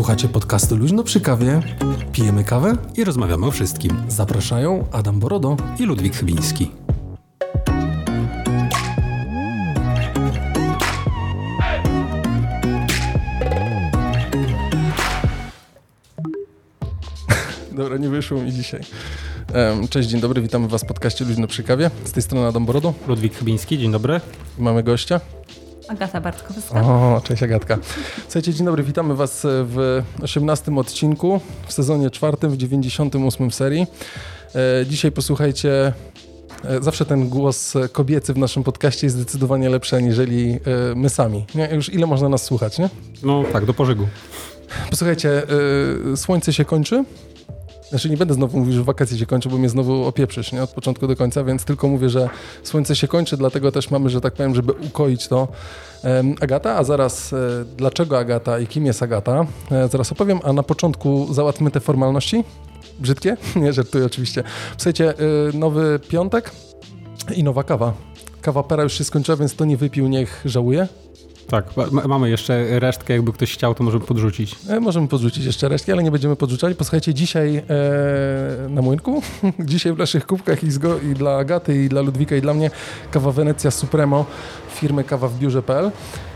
Słuchacie podcastu Luźno przy kawie, pijemy kawę i rozmawiamy o wszystkim. Zapraszają Adam Borodo i Ludwik Chybiński. Dobra, nie wyszło mi dzisiaj. Cześć, dzień dobry, witamy Was w podcaście Luźno przy kawie. Z tej strony Adam Borodo. Ludwik Chybiński, dzień dobry. Mamy gościa. Agata Bartkowska. O, cześć Agatka. Słuchajcie, dzień dobry, witamy Was w 18 odcinku, w sezonie 4, w 98 w serii. Dzisiaj posłuchajcie, zawsze ten głos kobiecy w naszym podcaście jest zdecydowanie lepszy aniżeli my sami. Nie? Już ile można nas słuchać, nie? No tak, do pożygu. Posłuchajcie, słońce się kończy. Znaczy nie będę znowu mówił, że wakacje się kończą, bo mnie znowu opieprzysz, nie? Od początku do końca, więc tylko mówię, że słońce się kończy, dlatego też mamy, że tak powiem, żeby ukoić to Agata, a zaraz dlaczego Agata i kim jest Agata, zaraz opowiem, a na początku załatwmy te formalności. Brzydkie? Nie, żartuję oczywiście. Słuchajcie, nowy piątek i nowa kawa. Kawa Pera już się skończyła, więc kto nie wypił, niech żałuje. Tak, mamy jeszcze resztkę, jakby ktoś chciał, to możemy podrzucić. Możemy podrzucić jeszcze resztki, ale nie będziemy podrzucali. Posłuchajcie, dzisiaj na młynku, dzisiaj w naszych kubkach i dla Agaty, i dla Ludwika, i dla mnie kawa Wenecja Supremo firmy kawa w biurze.pl.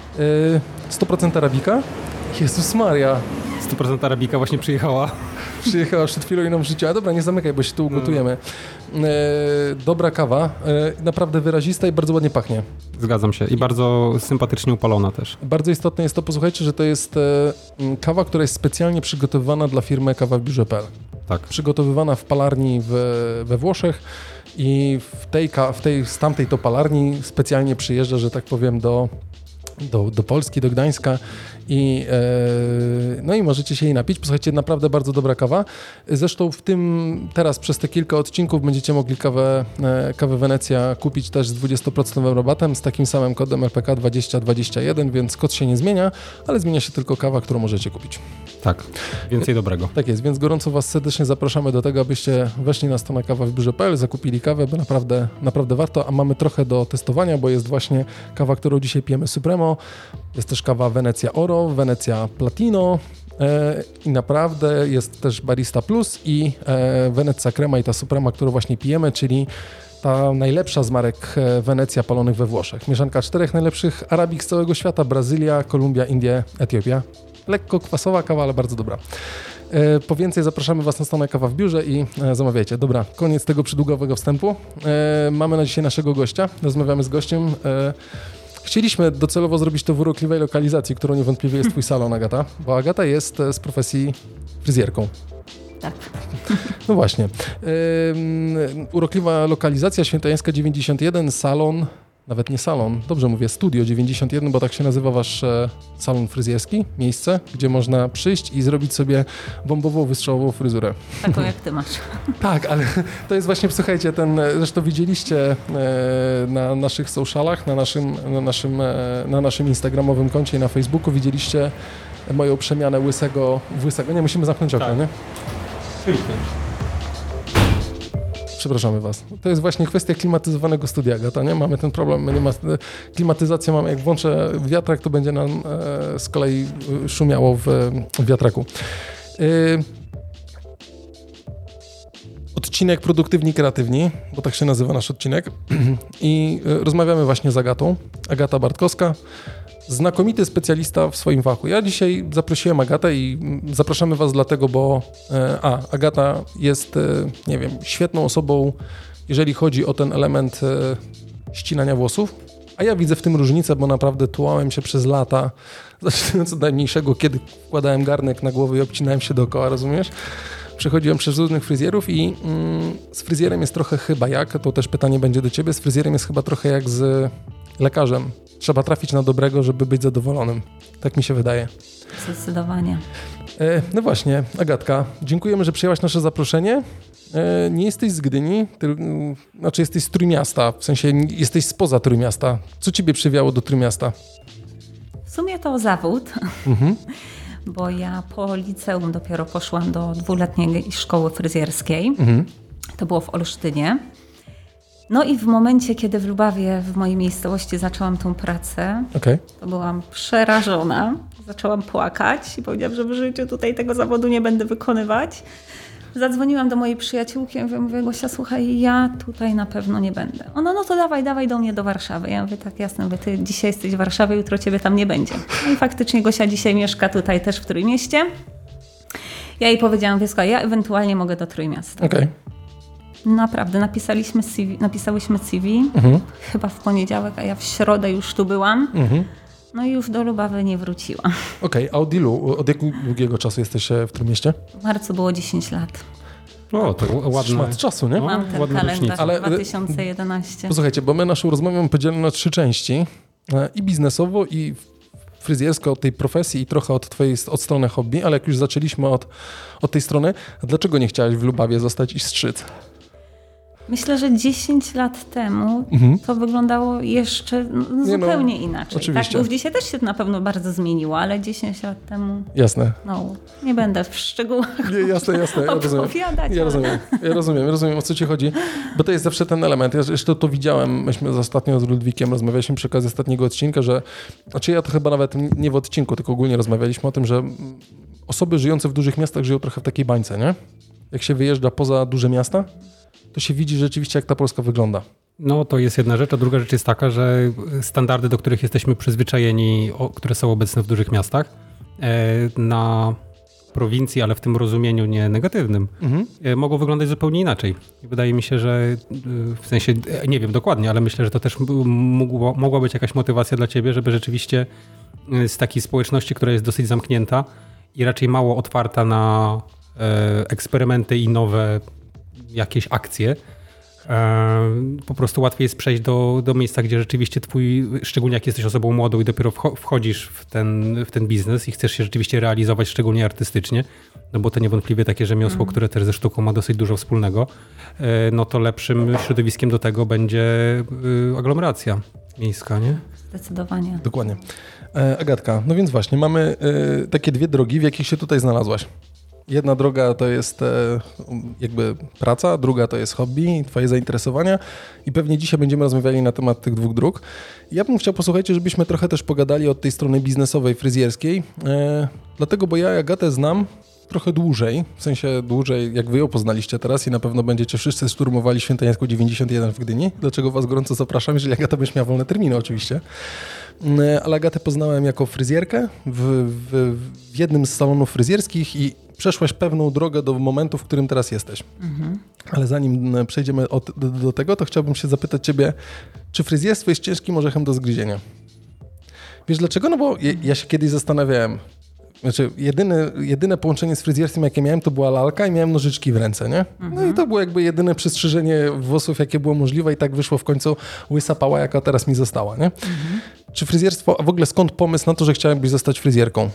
100% arabika. Jezus Maria. 100% arabika właśnie przyjechała. Przyjechała przed chwilą i nam wrzuciła. Dobra, nie zamykaj, bo się tu ugotujemy. Dobra kawa, naprawdę wyrazista i bardzo ładnie pachnie. Zgadzam się i bardzo sympatycznie upalona też. Bardzo istotne jest to, posłuchajcie, że to jest kawa, która jest specjalnie przygotowywana dla firmy kawa w biurze.pl. Tak. Przygotowywana w palarni we Włoszech i z tamtej to palarni specjalnie przyjeżdża, że tak powiem, do Polski, do Gdańska i możecie się jej napić. Posłuchajcie, naprawdę bardzo dobra kawa. Zresztą teraz przez te kilka odcinków będziecie mogli kawę Wenecja kupić też z 20% rabatem z takim samym kodem LPK 2021, więc kod się nie zmienia, ale zmienia się tylko kawa, którą możecie kupić. Tak, więcej dobrego. Tak jest, więc gorąco Was serdecznie zapraszamy do tego, abyście weszli na stronę kawa w biurze.pl, zakupili kawę, bo naprawdę warto, a mamy trochę do testowania, bo jest właśnie kawa, którą dzisiaj pijemy Supremo, jest też kawa Wenecja Oro, Wenecja Platino i naprawdę jest też Barista Plus i Wenecja Crema i ta Suprema, którą właśnie pijemy, czyli ta najlepsza z marek Wenecja palonych we Włoszech. Mieszanka 4 najlepszych arabik z całego świata, Brazylia, Kolumbia, Indie, Etiopia. Lekko kwasowa kawa, ale bardzo dobra. Po więcej zapraszamy Was na stronę Kawa w Biurze i zamawiajcie. Dobra, koniec tego przydługowego wstępu. Mamy na dzisiaj naszego gościa. Rozmawiamy z gościem. Chcieliśmy docelowo zrobić to w urokliwej lokalizacji, którą niewątpliwie jest Twój salon, Agata, bo Agata jest z profesji fryzjerką. Tak. No właśnie. Urokliwa lokalizacja, Świętojańska 91, salon, nawet nie salon, dobrze mówię, Studio 91, bo tak się nazywa Wasz salon fryzjerski, miejsce, gdzie można przyjść i zrobić sobie bombową, wystrzałową fryzurę. Taką jak Ty masz. Tak, ale to jest właśnie, słuchajcie, zresztą widzieliście na naszych socialach, na naszym instagramowym koncie i na Facebooku, widzieliście moją przemianę łysego w łysego. Nie, musimy zamknąć okno, nie? Przepraszamy Was. To jest właśnie kwestia klimatyzowanego studia, Agata, nie? Mamy ten problem, my nie ma klimatyzację, mamy, jak włączę wiatrak, to będzie nam z kolei szumiało w wiatraku. Odcinek Produktywni Kreatywni, bo tak się nazywa nasz odcinek i rozmawiamy właśnie z Agatą. Agata Bartkowska, znakomity specjalista w swoim fachu. Ja dzisiaj zaprosiłem Agatę i zapraszamy Was dlatego, bo Agata jest, nie wiem, świetną osobą, jeżeli chodzi o ten element ścinania włosów, a ja widzę w tym różnicę, bo naprawdę tułałem się przez lata, zaczynając od najmniejszego, kiedy wkładałem garnek na głowę i obcinałem się dookoła, rozumiesz? Przechodziłem przez różnych fryzjerów i z fryzjerem jest trochę chyba jak, to też pytanie będzie do Ciebie, z fryzjerem jest chyba trochę jak z lekarzem. Trzeba trafić na dobrego, żeby być zadowolonym. Tak mi się wydaje. Zdecydowanie. No właśnie, Agatka, dziękujemy, że przyjęłaś nasze zaproszenie. Nie jesteś z Gdyni, znaczy jesteś z Trójmiasta, w sensie jesteś spoza Trójmiasta. Co Ciebie przywiało do Trójmiasta? W sumie to zawód, bo ja po liceum dopiero poszłam do 2-letniej szkoły fryzjerskiej. To było w Olsztynie. No i w momencie, kiedy w Lubawie, w mojej miejscowości zaczęłam tą pracę, to byłam przerażona. Zaczęłam płakać i powiedziałam, że w życiu tutaj tego zawodu nie będę wykonywać. Zadzwoniłam do mojej przyjaciółki i mówię, Gosia, słuchaj, ja tutaj na pewno nie będę. Ona, no to dawaj do mnie do Warszawy. Ja mówię, tak jasne, mówię, ty dzisiaj jesteś w Warszawie, jutro ciebie tam nie będzie. No i faktycznie Gosia dzisiaj mieszka tutaj też w Trójmieście. Ja jej powiedziałam, wiesz, ja ewentualnie mogę do Trójmiasta. Naprawdę, napisałyśmy CV, chyba w poniedziałek, a ja w środę już tu byłam. No i już do Lubawy nie wróciłam. A od ilu, od jak długiego czasu jesteś w Trójmieście? W marcu było 10 lat. O, to ładny szmat czasu, nie? Mam ten kalendarz, ale 2011. Posłuchajcie, bo my naszą rozmowę mamy podzieloną na 3 części. I biznesowo, i fryzjersko od tej profesji i trochę od strony hobby, ale jak już zaczęliśmy od tej strony, dlaczego nie chciałaś w Lubawie zostać i strzyc? Myślę, że 10 lat temu to wyglądało jeszcze zupełnie inaczej. Oczywiście. Tak, bo dzisiaj też się na pewno bardzo zmieniło, ale 10 lat temu... Jasne. No, nie będę w szczegółach jasne. Ja rozumiem, o co ci chodzi. Bo to jest zawsze ten element. Ja jeszcze to widziałem, myśmy ostatnio z Ludwikiem rozmawialiśmy przy okazji ostatniego odcinka, że... Znaczy ja to chyba nawet nie w odcinku, tylko ogólnie rozmawialiśmy o tym, że osoby żyjące w dużych miastach żyją trochę w takiej bańce, nie? Jak się wyjeżdża poza duże miasta, to się widzi rzeczywiście, jak ta Polska wygląda. No to jest jedna rzecz, a druga rzecz jest taka, że standardy, do których jesteśmy przyzwyczajeni, które są obecne w dużych miastach, na prowincji, ale w tym rozumieniu nie negatywnym, mogą wyglądać zupełnie inaczej. I wydaje mi się, że w sensie, nie wiem dokładnie, ale myślę, że to też mogła być jakaś motywacja dla ciebie, żeby rzeczywiście z takiej społeczności, która jest dosyć zamknięta i raczej mało otwarta na eksperymenty i nowe jakieś akcje. Po prostu łatwiej jest przejść do miejsca, gdzie rzeczywiście szczególnie jak jesteś osobą młodą i dopiero wchodzisz w ten biznes i chcesz się rzeczywiście realizować, szczególnie artystycznie, no bo to niewątpliwie takie rzemiosło, które też ze sztuką ma dosyć dużo wspólnego, no to lepszym środowiskiem do tego będzie aglomeracja miejska, nie? Zdecydowanie. Dokładnie. Agatka, no więc właśnie, mamy takie 2 drogi, w jakich się tutaj znalazłaś. Jedna droga to jest jakby praca, druga to jest hobby, twoje zainteresowania i pewnie dzisiaj będziemy rozmawiali na temat tych 2 dróg. Ja bym chciał, posłuchajcie, żebyśmy trochę też pogadali od tej strony biznesowej, fryzjerskiej, dlatego, bo ja Agatę znam trochę dłużej, w sensie dłużej, jak wy ją poznaliście teraz i na pewno będziecie wszyscy szturmowali Świętojańską 91 w Gdyni, dlaczego was gorąco zapraszam, jeżeli Agata będzie miała wolne terminy oczywiście. Ale Agatę poznałem jako fryzjerkę w jednym z salonów fryzjerskich i przeszłaś pewną drogę do momentu, w którym teraz jesteś. Ale zanim przejdziemy do tego, to chciałbym się zapytać ciebie, czy fryzjerstwo jest ciężkim orzechem do zgryzienia? Wiesz dlaczego? No bo ja się kiedyś zastanawiałem. Znaczy, jedyne połączenie z fryzjerstwem, jakie miałem, to była lalka i miałem nożyczki w ręce, nie? No i to było jakby jedyne przystrzyżenie włosów, jakie było możliwe i tak wyszło w końcu łysa pała, jaka teraz mi została, nie? Czy fryzjerstwo, a w ogóle skąd pomysł na to, że chciałabyś zostać fryzjerką?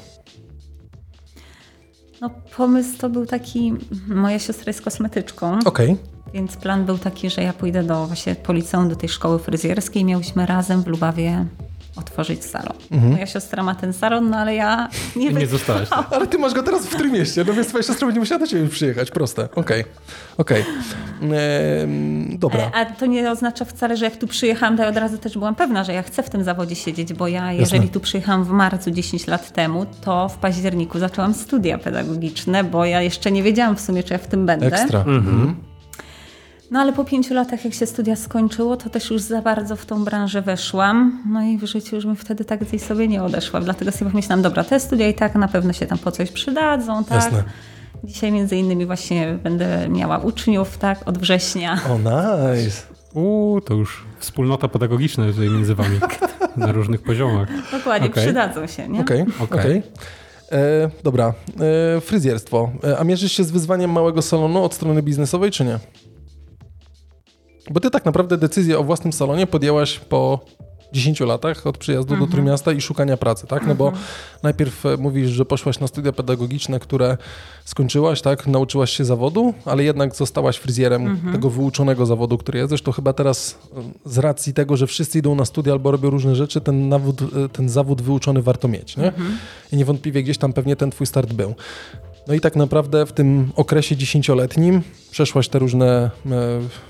No pomysł to był taki, moja siostra jest kosmetyczką, więc plan był taki, że ja pójdę po liceum do tej szkoły fryzjerskiej. Miałyśmy razem w Lubawie otworzyć salon. Moja siostra ma ten salon, no ale ja nie zostałaś. Ale ty masz go teraz w Trójmieście, no więc twoja siostra będzie musiała do ciebie przyjechać, proste. Okej. Dobra. A to nie oznacza wcale, że jak tu przyjechałam, to ja od razu też byłam pewna, że ja chcę w tym zawodzie siedzieć, bo ja, jeżeli tu przyjechałam w marcu 10 lat temu, to w październiku zaczęłam studia pedagogiczne, bo ja jeszcze nie wiedziałam w sumie, czy ja w tym będę. Ekstra. No ale po 5 latach, jak się studia skończyło, to też już za bardzo w tą branżę weszłam. No i w życiu już mi wtedy tak gdzieś sobie nie odeszłam. Dlatego sobie pomyślałam, dobra, te studia i tak na pewno się tam po coś przydadzą, tak? Jasne. Dzisiaj między innymi właśnie będę miała uczniów, tak, od września. O, nice. To już wspólnota pedagogiczna jest tutaj między wami na różnych poziomach. Dokładnie, przydadzą się, nie? Okej. Dobra, fryzjerstwo. A mierzysz się z wyzwaniem małego salonu od strony biznesowej, czy nie? Bo ty tak naprawdę decyzję o własnym salonie podjęłaś po 10 latach od przyjazdu do Trójmiasta i szukania pracy, tak? No bo najpierw mówisz, że poszłaś na studia pedagogiczne, które skończyłaś, tak? Nauczyłaś się zawodu, ale jednak zostałaś fryzjerem tego wyuczonego zawodu, który jest. Zresztą chyba teraz z racji tego, że wszyscy idą na studia albo robią różne rzeczy, ten zawód wyuczony warto mieć, nie? I niewątpliwie gdzieś tam pewnie ten twój start był. No i tak naprawdę w tym okresie 10-letnim przeszłaś te różne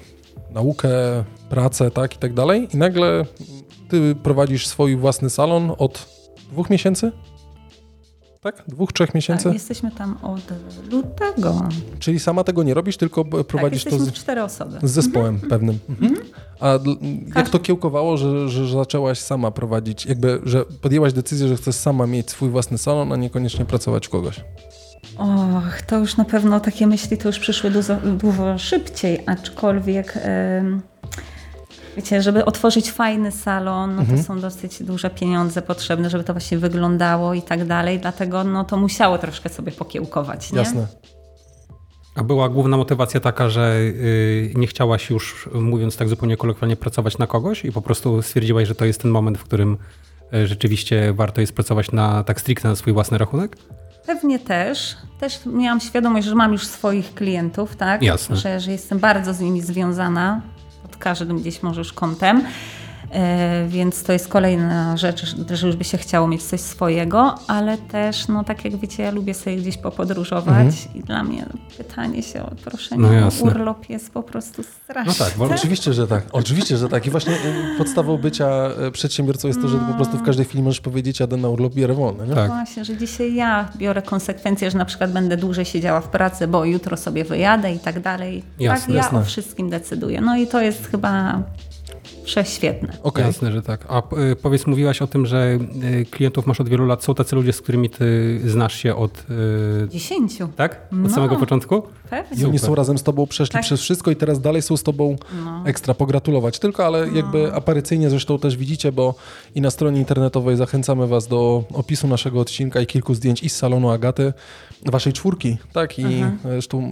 naukę, pracę, tak i tak dalej. I nagle ty prowadzisz swój własny salon od 2 miesięcy? Tak? 2-3 miesięcy? Tak, jesteśmy tam od lutego. Czyli sama tego nie robisz, tylko prowadzisz to z 4 osoby. Z zespołem pewnym. A jak to kiełkowało, że zaczęłaś sama prowadzić, jakby, że podjęłaś decyzję, że chcesz sama mieć swój własny salon, a niekoniecznie pracować u kogoś? Och, to już na pewno takie myśli to już przyszły dużo szybciej, aczkolwiek wiecie, żeby otworzyć fajny salon, no to są dosyć duże pieniądze potrzebne, żeby to właśnie wyglądało i tak dalej, dlatego no to musiało troszkę sobie pokiełkować, nie? Jasne. A była główna motywacja taka, że nie chciałaś już, mówiąc tak zupełnie kolokwialnie, pracować na kogoś i po prostu stwierdziłaś, że to jest ten moment, w którym rzeczywiście warto jest pracować tak stricte na swój własny rachunek? Pewnie też. Też miałam świadomość, że mam już swoich klientów, tak? Jasne. Że jestem bardzo z nimi związana pod każdym gdzieś może już kątem. Więc to jest kolejna rzecz, że już by się chciało mieć coś swojego, ale też, no tak jak wiecie, ja lubię sobie gdzieś popodróżować i dla mnie pytanie się o proszenie o urlop jest po prostu straszne. No tak, bo oczywiście, że tak. Oczywiście, że tak. I właśnie podstawą bycia przedsiębiorcą jest to, że ty po prostu w każdej chwili możesz powiedzieć, jadę na urlop, biorę wolny. Nie? Tak. Właśnie, że dzisiaj ja biorę konsekwencje, że na przykład będę dłużej siedziała w pracy, bo jutro sobie wyjadę i tak dalej. Jasne, tak, ja o wszystkim decyduję. No i to jest chyba prześwietne. Okay. Jasne, że tak. A powiedz, mówiłaś o tym, że klientów masz od wielu lat. Są tacy ludzie, z którymi ty znasz się od... 10. Tak? Od samego początku? Pewnie. I oni są razem z tobą, przeszli przez wszystko i teraz dalej są z tobą ekstra. Pogratulować tylko, ale jakby aparycyjnie zresztą też widzicie, bo i na stronie internetowej zachęcamy was do opisu naszego odcinka i kilku zdjęć i z salonu Agaty, waszej czwórki, tak? I zresztą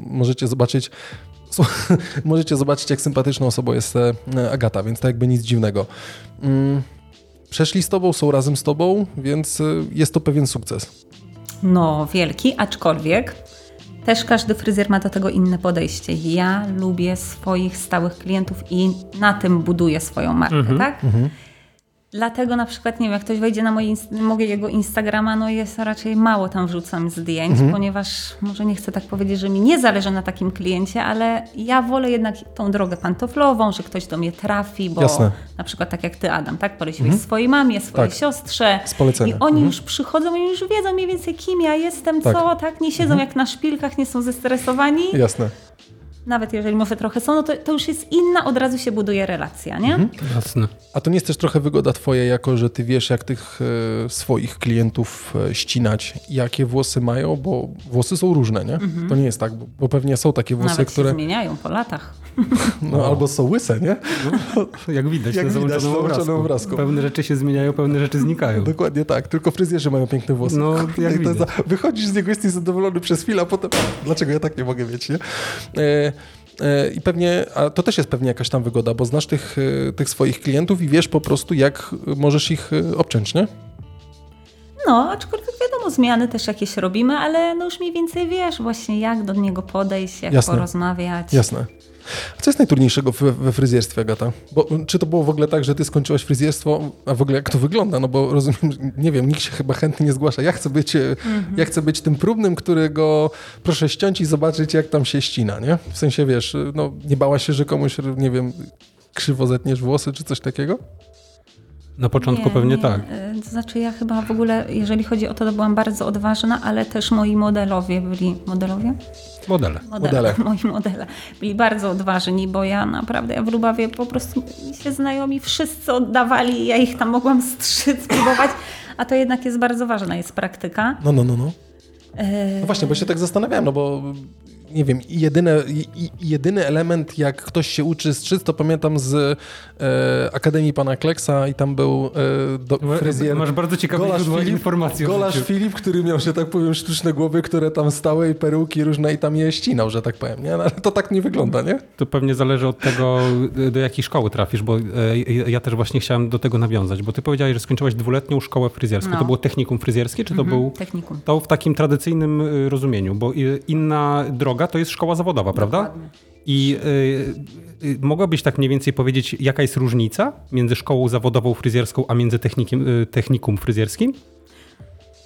możecie zobaczyć, jak sympatyczną osobą jest Agata, więc to jakby nic dziwnego. Przeszli z tobą, są razem z tobą, więc jest to pewien sukces. No, wielki, aczkolwiek też każdy fryzjer ma do tego inne podejście. Ja lubię swoich stałych klientów i na tym buduję swoją markę, tak? Dlatego na przykład, nie wiem, jak ktoś wejdzie na mojego Instagrama, no jest raczej mało tam wrzucam zdjęć, ponieważ może nie chcę tak powiedzieć, że mi nie zależy na takim kliencie, ale ja wolę jednak tą drogę pantoflową, że ktoś do mnie trafi, bo na przykład tak jak ty, Adam, tak? Poleciłeś swojej mamie, swojej siostrze i oni już przychodzą i już wiedzą mniej więcej, kim ja jestem, co, tak? Nie siedzą jak na szpilkach, nie są zestresowani. Jasne. Nawet jeżeli może trochę są, no to już jest inna, od razu się buduje relacja, nie? Jasne. A to nie jest też trochę wygoda twoja, jako że ty wiesz, jak tych swoich klientów ścinać, jakie włosy mają, bo włosy są różne, nie? To nie jest tak, bo pewnie są takie włosy, nawet które... się zmieniają po latach. No albo są łyse, nie? No, jak widać na załączonym obrazku. Pewne rzeczy się zmieniają, pewne rzeczy znikają. Dokładnie tak, tylko fryzjerzy mają piękne włosy. No, jak widać. Wychodzisz z niego, jesteś zadowolony przez chwilę, a potem dlaczego ja tak nie mogę mieć, nie? I pewnie, a to też jest pewnie jakaś tam wygoda, bo znasz tych swoich klientów i wiesz po prostu, jak możesz ich obciąć, nie? No, aczkolwiek wiadomo, zmiany też jakieś robimy, ale no już mniej więcej wiesz właśnie, jak do niego podejść, jak porozmawiać. Jasne. A co jest najtrudniejszego we fryzjerstwie, Agata? Bo czy to było w ogóle tak, że ty skończyłaś fryzjerstwo, a w ogóle jak to wygląda? No bo rozumiem, nie wiem, nikt się chyba chętnie nie zgłasza. Ja chcę być tym próbnym, którego proszę ściąć i zobaczyć, jak tam się ścina, nie? W sensie, wiesz, no nie bałaś się, że komuś, nie wiem, krzywo zetniesz włosy czy coś takiego? Na początku pewnie tak. To znaczy ja chyba w ogóle, jeżeli chodzi o to byłam bardzo odważna, ale też moi modelowie byli... Modelowie? Modele. Moi modele byli bardzo odważni, bo ja naprawdę, w Lubawie po prostu się znajomi wszyscy oddawali i ja ich tam mogłam strzyc, próbować, a to jednak jest bardzo ważna, jest praktyka. No. No właśnie, bo się tak zastanawiałem, no bo nie wiem, jedyny element, jak ktoś się uczy strzyc, to pamiętam z Akademii Pana Kleksa i tam był fryzjer. Masz bardzo ciekawe informacje. Golarz Filip, który miał, że tak powiem, sztuczne głowy, które tam stały i peruki różne i tam je ścinał, że tak powiem, nie? Ale to tak nie wygląda, nie? To pewnie zależy od tego, do jakiej szkoły trafisz, bo ja też właśnie chciałem do tego nawiązać, bo ty powiedziałeś, że skończyłaś 2-letnią szkołę fryzjerską. No. To było technikum fryzjerskie, czy to był... Technikum. To w takim tradycyjnym rozumieniu, bo inna droga to jest szkoła zawodowa, prawda? Dokładnie. I mogłabyś tak mniej więcej powiedzieć, jaka jest różnica między szkołą zawodową fryzjerską, a między technikum fryzjerskim?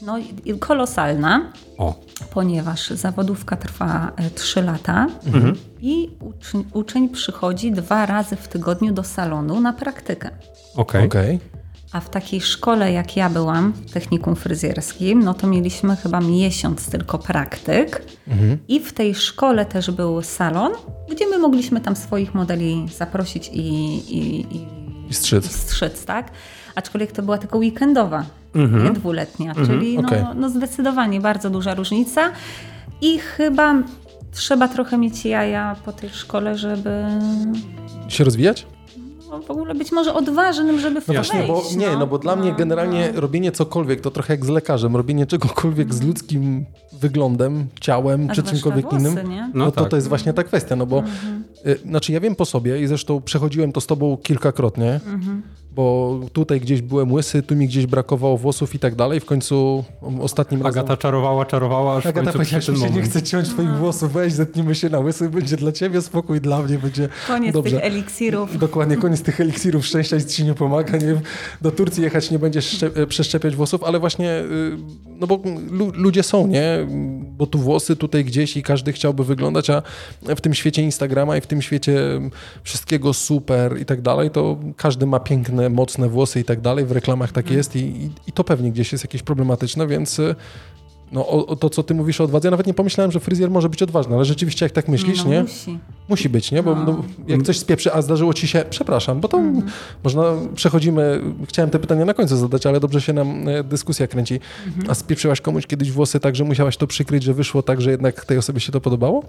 No kolosalna, ponieważ zawodówka trwa 3 lata i uczeń przychodzi 2 razy w tygodniu do salonu na praktykę. Okej. A w takiej szkole, jak ja byłam, w technikum fryzjerskim, no to mieliśmy chyba miesiąc tylko praktyk. I w tej szkole też był salon, gdzie my mogliśmy tam swoich modeli zaprosić i strzyc, tak? Aczkolwiek to była tylko weekendowa, nie 2-letnia, czyli no zdecydowanie bardzo duża różnica. I chyba trzeba trochę mieć jaja po tej szkole, żeby się rozwijać? W ogóle być może odważnym, żeby w to wejść. Bo dla mnie generalnie robienie cokolwiek to trochę jak z lekarzem, robienie czegokolwiek z ludzkim wyglądem, ciałem czy czymkolwiek innym, to jest właśnie ta kwestia, no bo znaczy ja wiem po sobie i zresztą przechodziłem to z tobą kilkakrotnie, bo tutaj gdzieś byłem łysy, tu mi gdzieś brakowało włosów i tak dalej. W końcu ostatnim razem... Agata czarowała, aż Agata powiedziała, że się nie chce ciąć twoich włosów, weź, zetnijmy się na łysy, będzie dla ciebie spokój, dla mnie będzie koniec dobrze. Tych eliksirów. Dokładnie, koniec tych eliksirów szczęścia, nic ci nie pomaga, nie? Do Turcji jechać nie będziesz przeszczepiać włosów, ale właśnie, no bo ludzie są, nie? Bo tu włosy, tutaj gdzieś i każdy chciałby wyglądać, a w tym świecie Instagrama i w tym świecie wszystkiego super i tak dalej, to każdy ma piękne, mocne włosy i tak dalej, w reklamach tak jest i to pewnie gdzieś jest jakieś problematyczne, więc no to, co ty mówisz o odwadze, ja nawet nie pomyślałem, że fryzjer może być odważny, ale rzeczywiście jak tak myślisz, nie? Musi być, nie? Bo jak coś spieprzy, a zdarzyło ci się, przepraszam, bo to można, przechodzimy, chciałem te pytania na końcu zadać, ale dobrze się nam dyskusja kręci. A spieprzyłaś komuś kiedyś włosy tak, że musiałaś to przykryć, że wyszło tak, że jednak tej osobie się to podobało?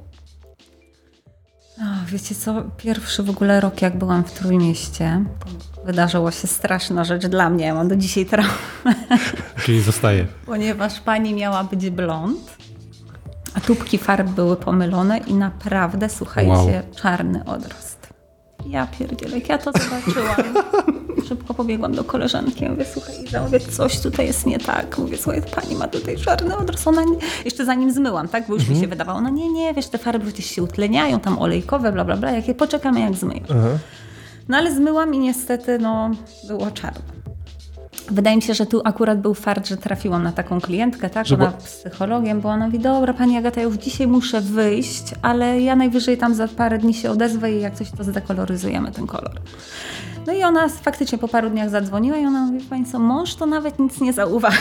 Wiecie co, pierwszy w ogóle rok, jak byłam w Trójmieście, wydarzyła się straszna rzecz dla mnie. Ja mam do dzisiaj traumę. Czyli zostaje. Ponieważ pani miała być blond, a tubki farb były pomylone i naprawdę, słuchajcie, czarny odrost. Ja pierdzielę, jak ja to zobaczyłam. Szybko pobiegłam do koleżanki. Mówię, słuchaj, Iza, mówię, coś tutaj jest nie tak. Mówię, słuchaj, pani ma tutaj czarny odrost. Ona nie... Jeszcze zanim zmyłam, tak? Bo już mi się wydawało, no nie, wiesz, te farby przecież się utleniają, tam olejkowe, bla, bla, bla. Poczekamy, jak zmyję. No ale zmyłam i niestety, było czarne. Wydaje mi się, że tu akurat był fart, że trafiłam na taką klientkę, tak? Ona psychologiem, bo ona mówi, dobra, pani Agata, ja już dzisiaj muszę wyjść, ale ja najwyżej tam za parę dni się odezwę i jak coś, to zdekoloryzujemy ten kolor. No i ona faktycznie po paru dniach zadzwoniła i ona mówi, pani co, mąż to nawet nic nie zauważy.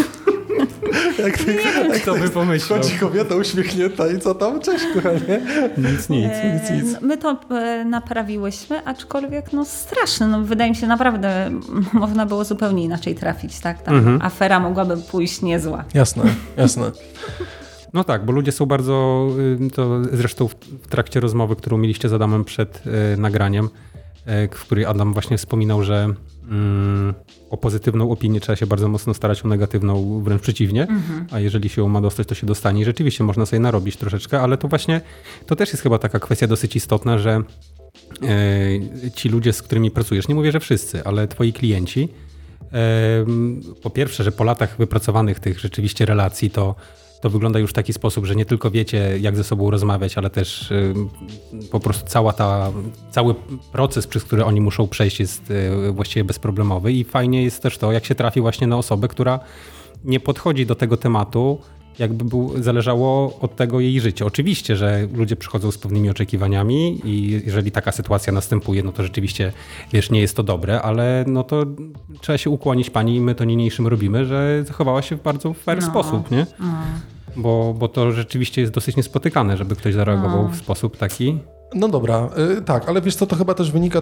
Kto by pomyślał? Chodzi kobieta uśmiechnięta i co tam? Cześć, kochanie. Nic. My to naprawiłyśmy, aczkolwiek straszne. Wydaje mi się, naprawdę można było zupełnie inaczej trafić, tak? Afera mogłaby pójść niezła. Jasne. No tak, bo ludzie są bardzo, to zresztą w trakcie rozmowy, którą mieliście z Adamem przed nagraniem, w której Adam właśnie wspominał, że o pozytywną opinię trzeba się bardzo mocno starać, o negatywną wręcz przeciwnie, a jeżeli się ją ma dostać, to się dostanie i rzeczywiście można sobie narobić troszeczkę, ale to właśnie, to też jest chyba taka kwestia dosyć istotna, że ci ludzie, z którymi pracujesz, nie mówię, że wszyscy, ale twoi klienci, po pierwsze, że po latach wypracowanych tych rzeczywiście relacji, to wygląda już w taki sposób, że nie tylko wiecie, jak ze sobą rozmawiać, ale też po prostu cały proces, przez który oni muszą przejść, jest właściwie bezproblemowy i fajnie jest też to, jak się trafi właśnie na osobę, która nie podchodzi do tego tematu, jakby zależało od tego jej życie. Oczywiście, że ludzie przychodzą z pewnymi oczekiwaniami i jeżeli taka sytuacja następuje, no to rzeczywiście, wiesz, nie jest to dobre, ale no to trzeba się ukłonić pani i my to niniejszym robimy, że zachowała się w bardzo fair sposób, nie? Bo to rzeczywiście jest dosyć niespotykane, żeby ktoś zareagował w sposób taki. No dobra, tak, ale wiesz co, to chyba też wynika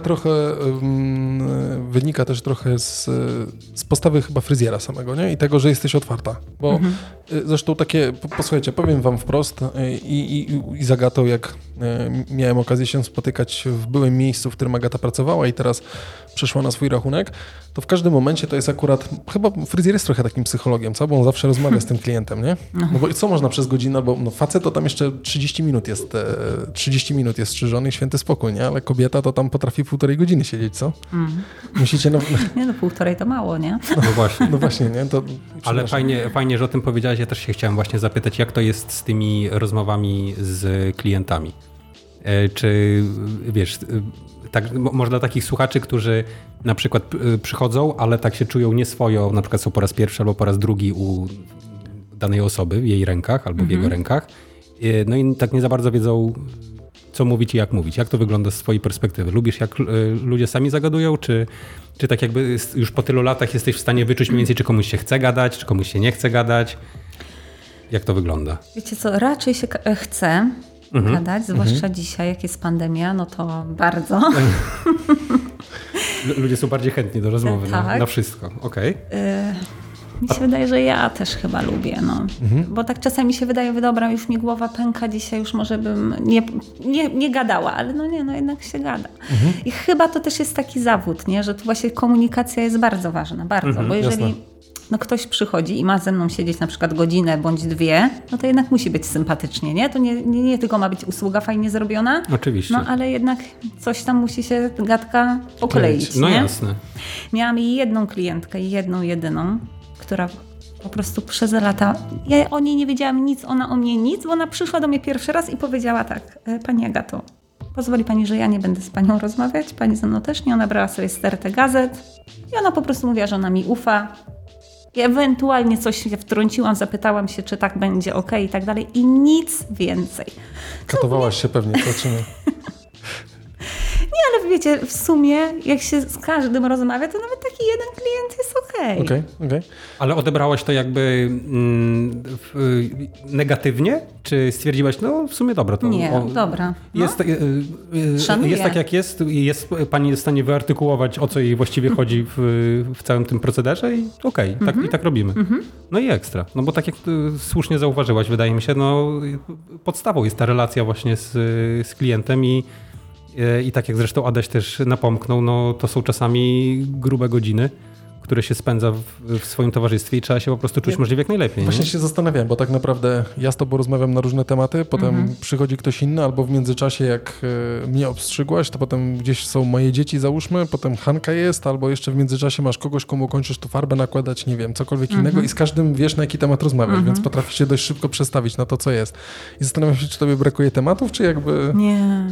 też trochę z postawy chyba fryzjera samego, nie? I tego, że jesteś otwarta, bo zresztą takie, posłuchajcie, powiem wam wprost i z Agatą, jak miałem okazję się spotykać w byłym miejscu, w którym Agata pracowała i teraz przeszła na swój rachunek, to w każdym momencie to jest akurat, chyba fryzjer jest trochę takim psychologiem, co? Bo on zawsze rozmawia z tym klientem, nie? No bo co można przez godzinę, bo facet to tam jeszcze 30 minut jest strzyżony i święty spokój, nie? Ale kobieta to tam potrafi 1,5 godziny siedzieć, co? Musicie... Nie, 1,5 to mało, nie? No właśnie, nie? To... Ale fajnie, że o tym powiedziałeś. Ja też się chciałem właśnie zapytać, jak to jest z tymi rozmowami z klientami? Czy, wiesz, tak, może dla takich słuchaczy, którzy na przykład przychodzą, ale tak się czują nieswojo, na przykład są po raz pierwszy albo po raz drugi u danej osoby w jej rękach albo w jego rękach. No i tak nie za bardzo wiedzą, co mówić i jak mówić. Jak to wygląda z twojej perspektywy? Lubisz, jak ludzie sami zagadują, czy tak jakby już po tylu latach jesteś w stanie wyczuć mniej więcej, czy komuś się chce gadać, czy komuś się nie chce gadać? Jak to wygląda? Wiecie co, raczej się chce gadać, zwłaszcza dzisiaj, jak jest pandemia, no to bardzo. Ludzie są bardziej chętni do rozmowy na wszystko. Okej. Mi się wydaje, że ja też chyba lubię, no. Bo tak czasami mi się wydaje, dobra, już mi głowa pęka, dzisiaj już może bym nie gadała, ale no jednak się gada. I chyba to też jest taki zawód, nie? Że tu właśnie komunikacja jest bardzo ważna, bardzo, bo jeżeli ktoś przychodzi i ma ze mną siedzieć na przykład godzinę bądź 2, no to jednak musi być sympatycznie, nie? To nie tylko ma być usługa fajnie zrobiona. Oczywiście. No ale jednak coś tam musi się gadka pokleić, no nie? Jasne. Miałam jedną klientkę, jedyną, która po prostu przez lata, ja o niej nie wiedziałam nic, ona o mnie nic, bo ona przyszła do mnie pierwszy raz i powiedziała tak: Pani Agato, pozwoli Pani, że ja nie będę z Panią rozmawiać, Pani ze mną też nie. Ona brała sobie stertę gazet i ona po prostu mówiła, że ona mi ufa. Ja ewentualnie coś się wtrąciłam, zapytałam się, czy tak będzie okej i tak dalej i nic więcej. Katowałaś się pewnie, to czy nie? Nie, ale wiecie, w sumie jak się z każdym rozmawia, to nawet taki jeden klient jest okej. Okej. Ale odebrałaś to jakby negatywnie? Czy stwierdziłaś, no w sumie dobra? To, nie, dobra. Jest tak jak jest i jest pani jest w stanie wyartykułować, o co jej właściwie chodzi w całym tym procederze i tak robimy. No i ekstra. No bo tak jak słusznie zauważyłaś, wydaje mi się, no podstawą jest ta relacja właśnie z klientem i tak jak zresztą Adaś też napomknął, no to są czasami grube godziny, które się spędza w swoim towarzystwie i trzeba się po prostu czuć możliwie jak najlepiej. Właśnie się zastanawiam, bo tak naprawdę ja z tobą rozmawiam na różne tematy, potem przychodzi ktoś inny, albo w międzyczasie jak mnie obstrzygłaś, to potem gdzieś są moje dzieci, załóżmy, potem Hanka jest, albo jeszcze w międzyczasie masz kogoś, komu kończysz tu farbę nakładać, nie wiem, cokolwiek innego i z każdym wiesz, na jaki temat rozmawiać, więc potrafisz się dość szybko przestawić na to, co jest. I zastanawiam się, czy tobie brakuje tematów, czy jakby... Nie.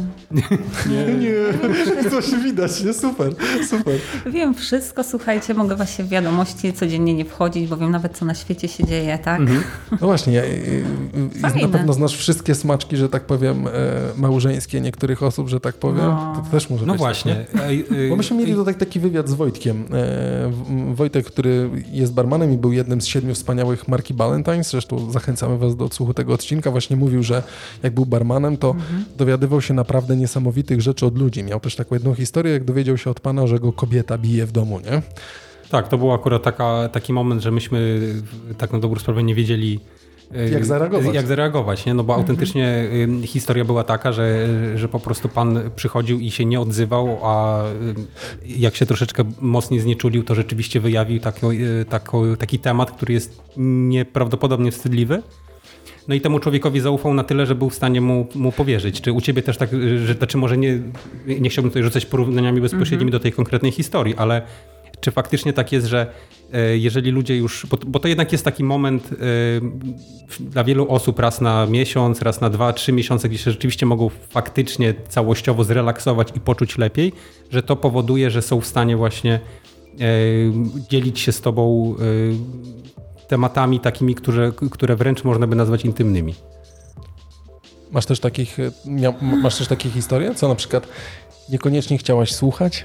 To się widać, nie? Super. Wiem wszystko, słuchajcie, mogę właśnie w wiadomości codziennie nie wchodzić, bo wiem nawet, co na świecie się dzieje, tak? No właśnie, na pewno znasz wszystkie smaczki, że tak powiem, małżeńskie niektórych osób, że tak powiem. To też może być. No właśnie. Tak, bo myśmy mieli tutaj taki wywiad z Wojtkiem. Wojtek, który jest barmanem i był jednym z 7 wspaniałych marki Ballantine's, zresztą zachęcamy was do odsłuchu tego odcinka, właśnie mówił, że jak był barmanem, to dowiadywał się naprawdę niesamowitych rzeczy od ludzi. Miał też taką jedną historię, jak dowiedział się od pana, że go kobieta bije w domu, nie? Tak, to był akurat taki moment, że myśmy tak na dobrą sprawę nie wiedzieli jak zareagować, nie? No bo autentycznie historia była taka, że po prostu pan przychodził i się nie odzywał, a jak się troszeczkę mocniej znieczulił, to rzeczywiście wyjawił taki temat, który jest nieprawdopodobnie wstydliwy. No i temu człowiekowi zaufał na tyle, że był w stanie mu powierzyć. Czy u ciebie też tak, czy może nie chciałbym tutaj rzucać porównaniami bezpośrednimi do tej konkretnej historii, ale czy faktycznie tak jest, że jeżeli ludzie już, bo to jednak jest taki moment dla wielu osób raz na miesiąc, raz na 2-3 miesiące, gdzie się rzeczywiście mogą faktycznie całościowo zrelaksować i poczuć lepiej, że to powoduje, że są w stanie właśnie dzielić się z tobą tematami takimi, które wręcz można by nazwać intymnymi. Masz też takie historie, co na przykład niekoniecznie chciałaś słuchać?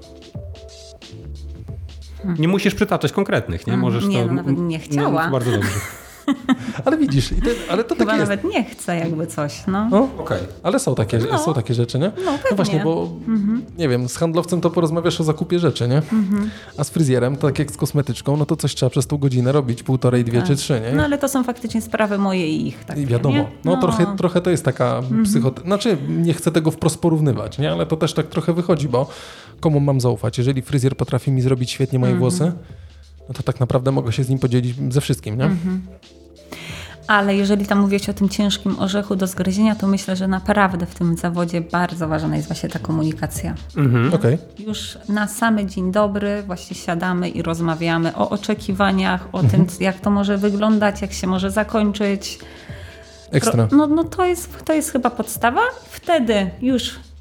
Nie musisz przytaczać konkretnych, nie? Możesz nie, to... nawet nie chciała. No, bardzo dobrze. Ale widzisz, ale to chyba tak nawet nie chcę jakby coś, no. Okej. Ale są takie rzeczy, nie? No pewnie. No właśnie, bo nie wiem, z handlowcem to porozmawiasz o zakupie rzeczy, nie? A z fryzjerem, tak jak z kosmetyczką, no to coś trzeba przez tą godzinę robić, 1,5, 2 czy 3, nie? No ale to są faktycznie sprawy moje i ich, tak. I wiadomo. Nie? No trochę to jest taka Znaczy, nie chcę tego wprost porównywać, nie? Ale to też tak trochę wychodzi, bo komu mam zaufać? Jeżeli fryzjer potrafi mi zrobić świetnie moje włosy, no to tak naprawdę mogę się z nim podzielić ze wszystkim, nie? Ale jeżeli tam mówicie o tym ciężkim orzechu do zgryzienia, to myślę, że naprawdę w tym zawodzie bardzo ważna jest właśnie ta komunikacja. Okej. Już na samy dzień dobry właśnie siadamy i rozmawiamy o oczekiwaniach, o tym, jak to może wyglądać, jak się może zakończyć. Ekstra. No to jest chyba podstawa. Wtedy już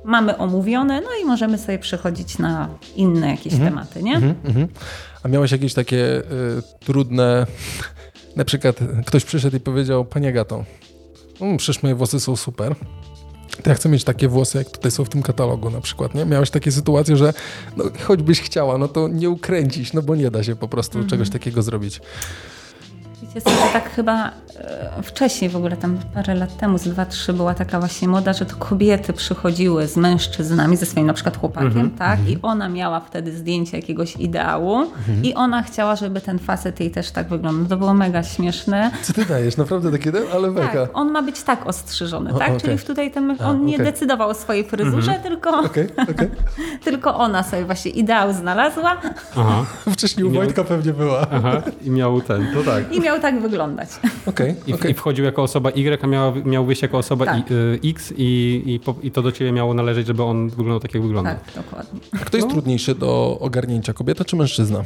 mamy omówione, no i możemy sobie przechodzić na inne jakieś tematy, nie? A miałeś jakieś takie trudne, na przykład ktoś przyszedł i powiedział, Pani Agato, przecież moje włosy są super, to ja chcę mieć takie włosy, jak tutaj są w tym katalogu na przykład, nie? Miałeś takie sytuacje, że no, choćbyś chciała, no to nie ukręcić, no bo nie da się po prostu czegoś takiego zrobić. Wiecie sobie, tak chyba wcześniej w ogóle, tam parę lat temu, z 2-3 była taka właśnie moda, że to kobiety przychodziły z mężczyznami, ze swoim na przykład chłopakiem, tak? I ona miała wtedy zdjęcie jakiegoś ideału i ona chciała, żeby ten facet jej też tak wyglądał. To było mega śmieszne. Co ty dajesz? Naprawdę takie, ale mega. Tak, on ma być tak ostrzyżony, tak? Czyli tutaj on nie decydował o swojej fryzurze, tylko ona sobie właśnie ideał znalazła. Aha. Wcześniej u Wojtka pewnie była. Aha. I miał ten, to tak. I miał tak wyglądać. I wchodził jako osoba Y, a miał wyjść jako osoba X i to do ciebie miało należeć, żeby on wyglądał tak, jak wygląda. Tak, dokładnie. A kto jest trudniejszy do ogarnięcia, kobieta czy mężczyzna?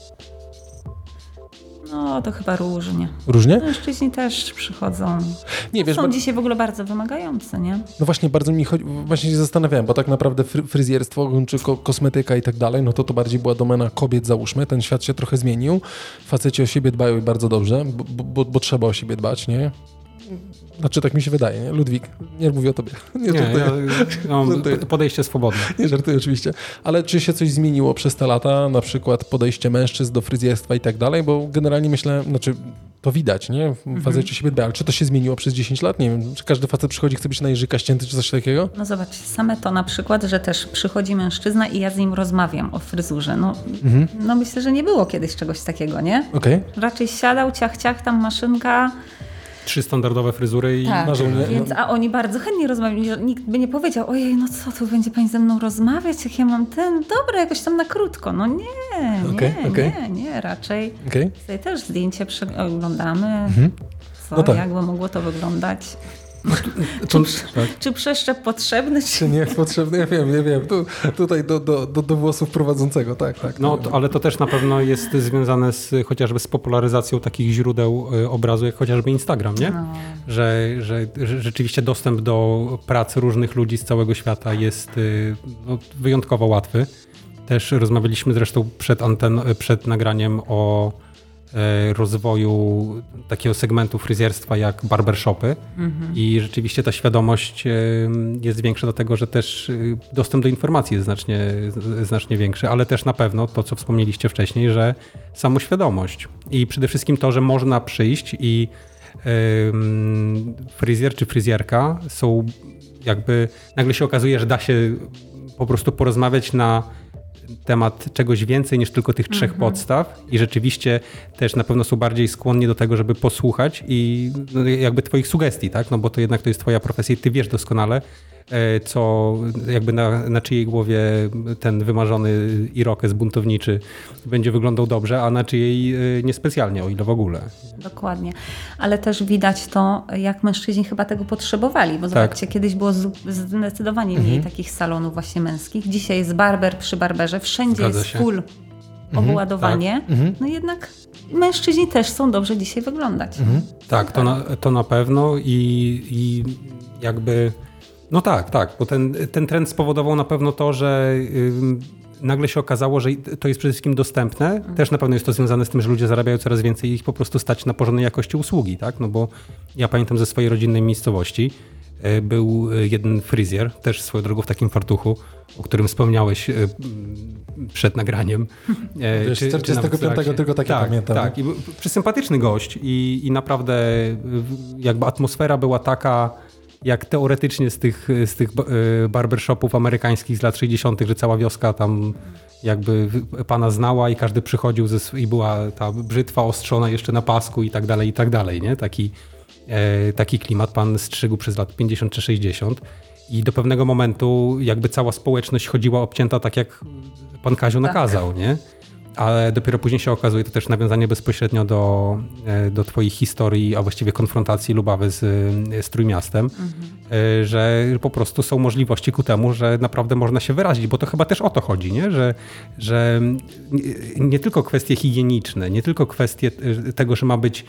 No, to chyba różnie. Różnie? Mężczyźni też przychodzą. Nie, wiesz, są dzisiaj w ogóle bardzo wymagające, nie? No właśnie, bardzo mi chodzi, właśnie się zastanawiałem, bo tak naprawdę fryzjerstwo czy kosmetyka i tak dalej, no to bardziej była domena kobiet, załóżmy. Ten świat się trochę zmienił. Faceci o siebie dbają i bardzo dobrze, bo trzeba o siebie dbać, nie? Znaczy, tak mi się wydaje, nie? Ludwik, nie mówię o tobie. Podejście swobodne. Nie żartuję oczywiście. Ale czy się coś zmieniło przez te lata? Na przykład podejście mężczyzn do fryzjerstwa i tak dalej? Bo generalnie myślę, to widać, nie? Faceci o siebie dbają. Ale czy to się zmieniło przez 10 lat? Nie wiem, czy każdy facet przychodzi, chce być na Jerzyka ścięty, czy coś takiego? No zobacz, same to na przykład, że też przychodzi mężczyzna i ja z nim rozmawiam o fryzurze. No myślę, że nie było kiedyś czegoś takiego, nie? Raczej siadał, ciach, tam maszynka. 3 standardowe fryzury i A oni bardzo chętnie rozmawiali. Nikt by nie powiedział, ojej, no co tu będzie pani ze mną rozmawiać, jak ja mam dobra, jakoś tam na krótko. No nie, raczej sobie też zdjęcie oglądamy, jakby mogło to wyglądać. Czy przeszczep potrzebny? Czy nie jest potrzebny? Ja wiem. Tutaj do włosów prowadzącego, tak. Ale to też na pewno jest związane chociażby z popularyzacją takich źródeł obrazu, jak chociażby Instagram, nie? No. Że rzeczywiście dostęp do pracy różnych ludzi z całego świata jest wyjątkowo łatwy. Też rozmawialiśmy zresztą przed nagraniem o rozwoju takiego segmentu fryzjerstwa jak barbershopy i rzeczywiście ta świadomość jest większa do tego, że też dostęp do informacji jest znacznie większy, ale też na pewno to, co wspomnieliście wcześniej, że samoświadomość i przede wszystkim to, że można przyjść i fryzjer czy fryzjerka są jakby, nagle się okazuje, że da się po prostu porozmawiać na temat czegoś więcej niż tylko tych 3 podstaw i rzeczywiście też na pewno są bardziej skłonni do tego, żeby posłuchać i jakby twoich sugestii, tak? No bo to jednak to jest twoja profesja i ty wiesz doskonale, co jakby na czyjej głowie ten wymarzony irokez buntowniczy będzie wyglądał dobrze, a na czyjej niespecjalnie, o ile w ogóle. Dokładnie. Ale też widać to, jak mężczyźni chyba tego potrzebowali, bo zobaczcie, kiedyś było zdecydowanie mniej takich salonów właśnie męskich. Dzisiaj jest barber przy barberze, wszędzie jest full obładowanie. No jednak mężczyźni też są dobrze dzisiaj wyglądać. Tak, to na pewno i jakby no tak, bo ten trend spowodował na pewno to, że nagle się okazało, że to jest przede wszystkim dostępne. Też na pewno jest to związane z tym, że ludzie zarabiają coraz więcej i ich po prostu stać na porządnej jakości usługi, tak? No bo ja pamiętam ze swojej rodzinnej miejscowości był jeden fryzjer, też swoją drogą w takim fartuchu, o którym wspomniałeś przed nagraniem. Wiesz, 45 tylko takie pamiętam. Tak, i przysympatyczny gość i naprawdę jakby atmosfera była taka, jak teoretycznie z tych barbershopów amerykańskich z lat 60., że cała wioska tam jakby pana znała i każdy przychodził i była ta brzytwa ostrzona jeszcze na pasku i tak dalej, nie? Taki klimat pan strzygł przez lat 50 czy 60 i do pewnego momentu jakby cała społeczność chodziła obcięta tak, jak pan Kazio nakazał, nie? Ale dopiero później się okazuje, to też nawiązanie bezpośrednio do twoich historii, a właściwie konfrontacji Lubawy z Trójmiastem, że po prostu są możliwości ku temu, że naprawdę można się wyrazić, bo to chyba też o to chodzi, nie? Że nie tylko kwestie higieniczne, nie tylko kwestie tego, że ma być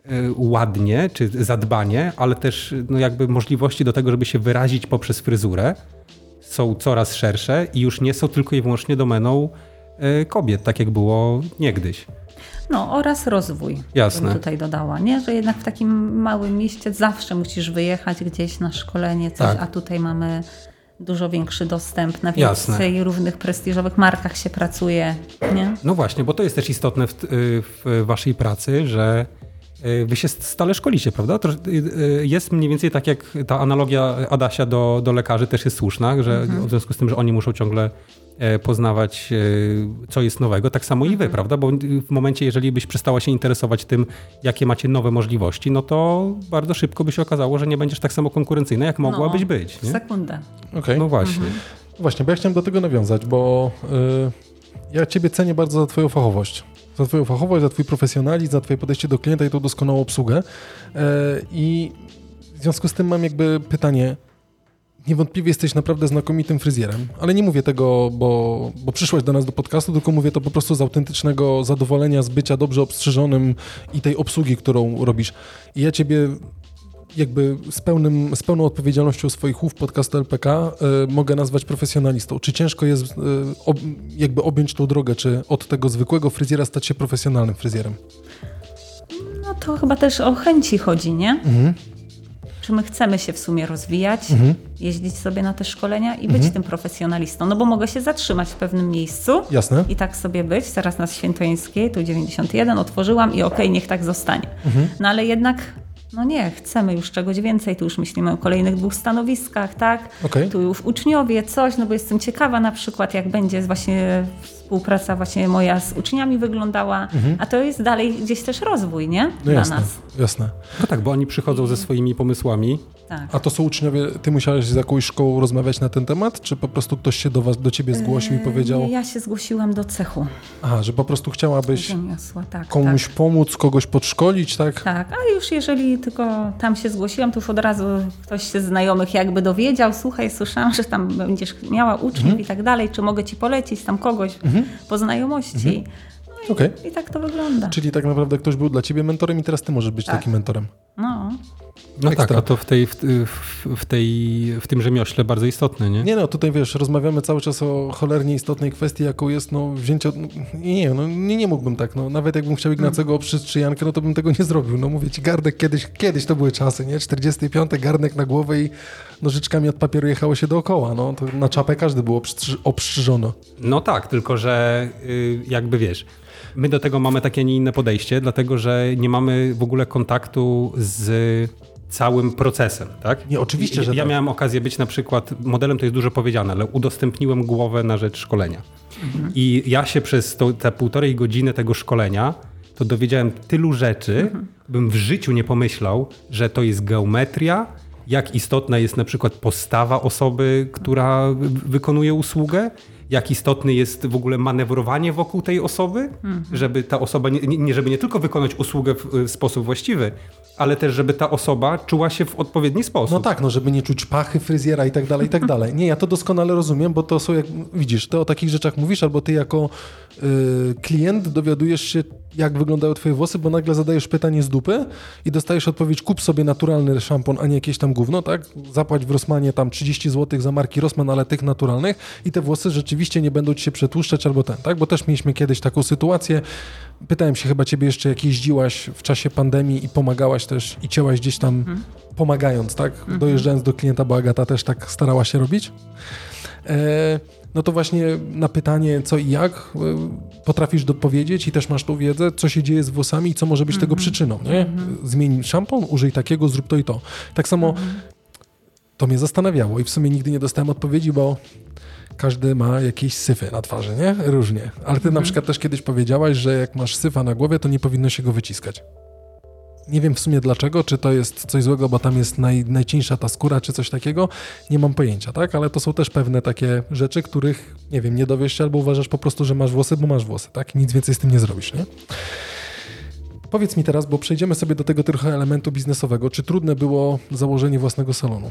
ładnie czy zadbanie, ale też no jakby możliwości do tego, żeby się wyrazić poprzez fryzurę są coraz szersze i już nie są tylko i wyłącznie domeną kobiet, tak jak było niegdyś. No oraz rozwój, Jasne. bym tutaj dodała, nie? Że jednak w takim małym mieście zawsze musisz wyjechać gdzieś na szkolenie, coś, a tutaj mamy dużo większy dostęp, na więcej równych prestiżowych markach się pracuje, nie? No właśnie, bo to jest też istotne w waszej pracy, że wy się stale szkolicie, prawda? To jest mniej więcej tak jak ta analogia Adasia do lekarzy też jest słuszna, że w związku z tym, że oni muszą ciągle poznawać, co jest nowego, tak samo i wy, prawda? Bo w momencie, jeżeli byś przestała się interesować tym, jakie macie nowe możliwości, no to bardzo szybko by się okazało, że nie będziesz tak samo konkurencyjna, jak mogłabyś być. Nie? Sekundę. Okay. No właśnie. Właśnie, bo ja chciałem do tego nawiązać, bo ja ciebie cenię bardzo za twoją fachowość. Za twoją fachowość, za twój profesjonalizm, za twoje podejście do klienta i tą doskonałą obsługę. I w związku z tym mam jakby pytanie. Niewątpliwie jesteś naprawdę znakomitym fryzjerem, ale nie mówię tego, bo przyszłaś do nas do podcastu, tylko mówię to po prostu z autentycznego zadowolenia z bycia dobrze obstrzyżonym i tej obsługi, którą robisz. I ja ciebie jakby z pełną odpowiedzialnością swoich łów podcastu LPK mogę nazwać profesjonalistą. Czy ciężko jest jakby objąć tą drogę, czy od tego zwykłego fryzjera stać się profesjonalnym fryzjerem? No to chyba też o chęci chodzi, nie? Czy my chcemy się w sumie rozwijać, jeździć sobie na te szkolenia i być tym profesjonalistą? No bo mogę się zatrzymać w pewnym miejscu. Jasne. I tak sobie być. Teraz na Świętojańskiej, tu 91, otworzyłam i okej, niech tak zostanie. No ale jednak, no nie, chcemy już czegoś więcej. Tu już myślimy o kolejnych 2 stanowiskach, tak? Okay. Tu już uczniowie, coś, no bo jestem ciekawa na przykład, jak będzie właśnie współpraca właśnie moja z uczniami wyglądała, a to jest dalej gdzieś też rozwój, nie? No dla jasne, nas. Jasne. No tak, bo oni przychodzą ze swoimi pomysłami. Tak. A to są uczniowie, ty musiałeś z jakąś szkołą rozmawiać na ten temat, czy po prostu ktoś się do ciebie zgłosił i powiedział... Nie, ja się zgłosiłam do cechu. Aha, że po prostu chciałabyś tak, komuś pomóc, kogoś podszkolić, tak? Tak, a już jeżeli tylko tam się zgłosiłam, to już od razu ktoś się z znajomych jakby dowiedział, słuchaj, słyszałam, że tam będziesz miała uczniów i tak dalej, czy mogę ci polecić tam kogoś po znajomości. No i tak to wygląda. Czyli tak naprawdę ktoś był dla ciebie mentorem i teraz ty możesz być takim mentorem. No tak, a to w tym rzemiośle bardzo istotne, nie? Nie no, tutaj wiesz, rozmawiamy cały czas o cholernie istotnej kwestii, jaką jest wzięcie... Nie mógłbym tak, nawet jakbym chciał Ignacego oprzeć czy Jankę, no to bym tego nie zrobił. No mówię ci, garnek kiedyś to były czasy, nie? 45, garnek na głowę i nożyczkami od papieru jechało się dookoła, no to na czapę każdy był obstrzyżono. No tak, tylko że jakby wiesz... My do tego mamy takie, a nie inne podejście, dlatego że nie mamy w ogóle kontaktu z całym procesem, tak? Nie, oczywiście, że ja tak. miałem okazję być na przykład, modelem to jest dużo powiedziane, ale udostępniłem głowę na rzecz szkolenia. I ja się przez te 1,5 godziny tego szkolenia to dowiedziałem tylu rzeczy, bym w życiu nie pomyślał, że to jest geometria, jak istotna jest na przykład postawa osoby, która wykonuje usługę, jak istotne jest w ogóle manewrowanie wokół tej osoby, żeby ta osoba, żeby nie tylko wykonać usługę w sposób właściwy, ale też, żeby ta osoba czuła się w odpowiedni sposób. No tak, żeby nie czuć pachy fryzjera i tak dalej, i tak dalej. Nie, ja to doskonale rozumiem, bo to są, jak widzisz, ty o takich rzeczach mówisz, albo ty jako klient dowiadujesz się, jak wyglądają twoje włosy, bo nagle zadajesz pytanie z dupy i dostajesz odpowiedź, kup sobie naturalny szampon, a nie jakieś tam gówno, tak? Zapłać w Rossmanie tam 30 zł za marki Rossmann, ale tych naturalnych i te włosy rzeczywiście nie będą ci się przetłuszczać albo tak? Bo też mieliśmy kiedyś taką sytuację. Pytałem się chyba ciebie jeszcze, jak jeździłaś w czasie pandemii i pomagałaś też i cięłaś gdzieś tam pomagając, tak? Dojeżdżając do klienta, bo Agata też tak starała się robić. No to właśnie na pytanie co i jak potrafisz dopowiedzieć i też masz tą wiedzę, co się dzieje z włosami i co może być tego przyczyną, nie? Zmień szampon, użyj takiego, zrób to i to. Tak samo to mnie zastanawiało i w sumie nigdy nie dostałem odpowiedzi, bo każdy ma jakieś syfy na twarzy, nie? Różnie. Ale ty na przykład też kiedyś powiedziałaś, że jak masz syfa na głowie, to nie powinno się go wyciskać. Nie wiem w sumie dlaczego, czy to jest coś złego, bo tam jest najcieńsza ta skóra, czy coś takiego. Nie mam pojęcia, tak? Ale to są też pewne takie rzeczy, których, nie wiem, nie dowiesz się albo uważasz po prostu, że masz włosy, bo masz włosy, tak? Nic więcej z tym nie zrobisz, nie? Powiedz mi teraz, bo przejdziemy sobie do tego trochę elementu biznesowego. Czy trudne było założenie własnego salonu?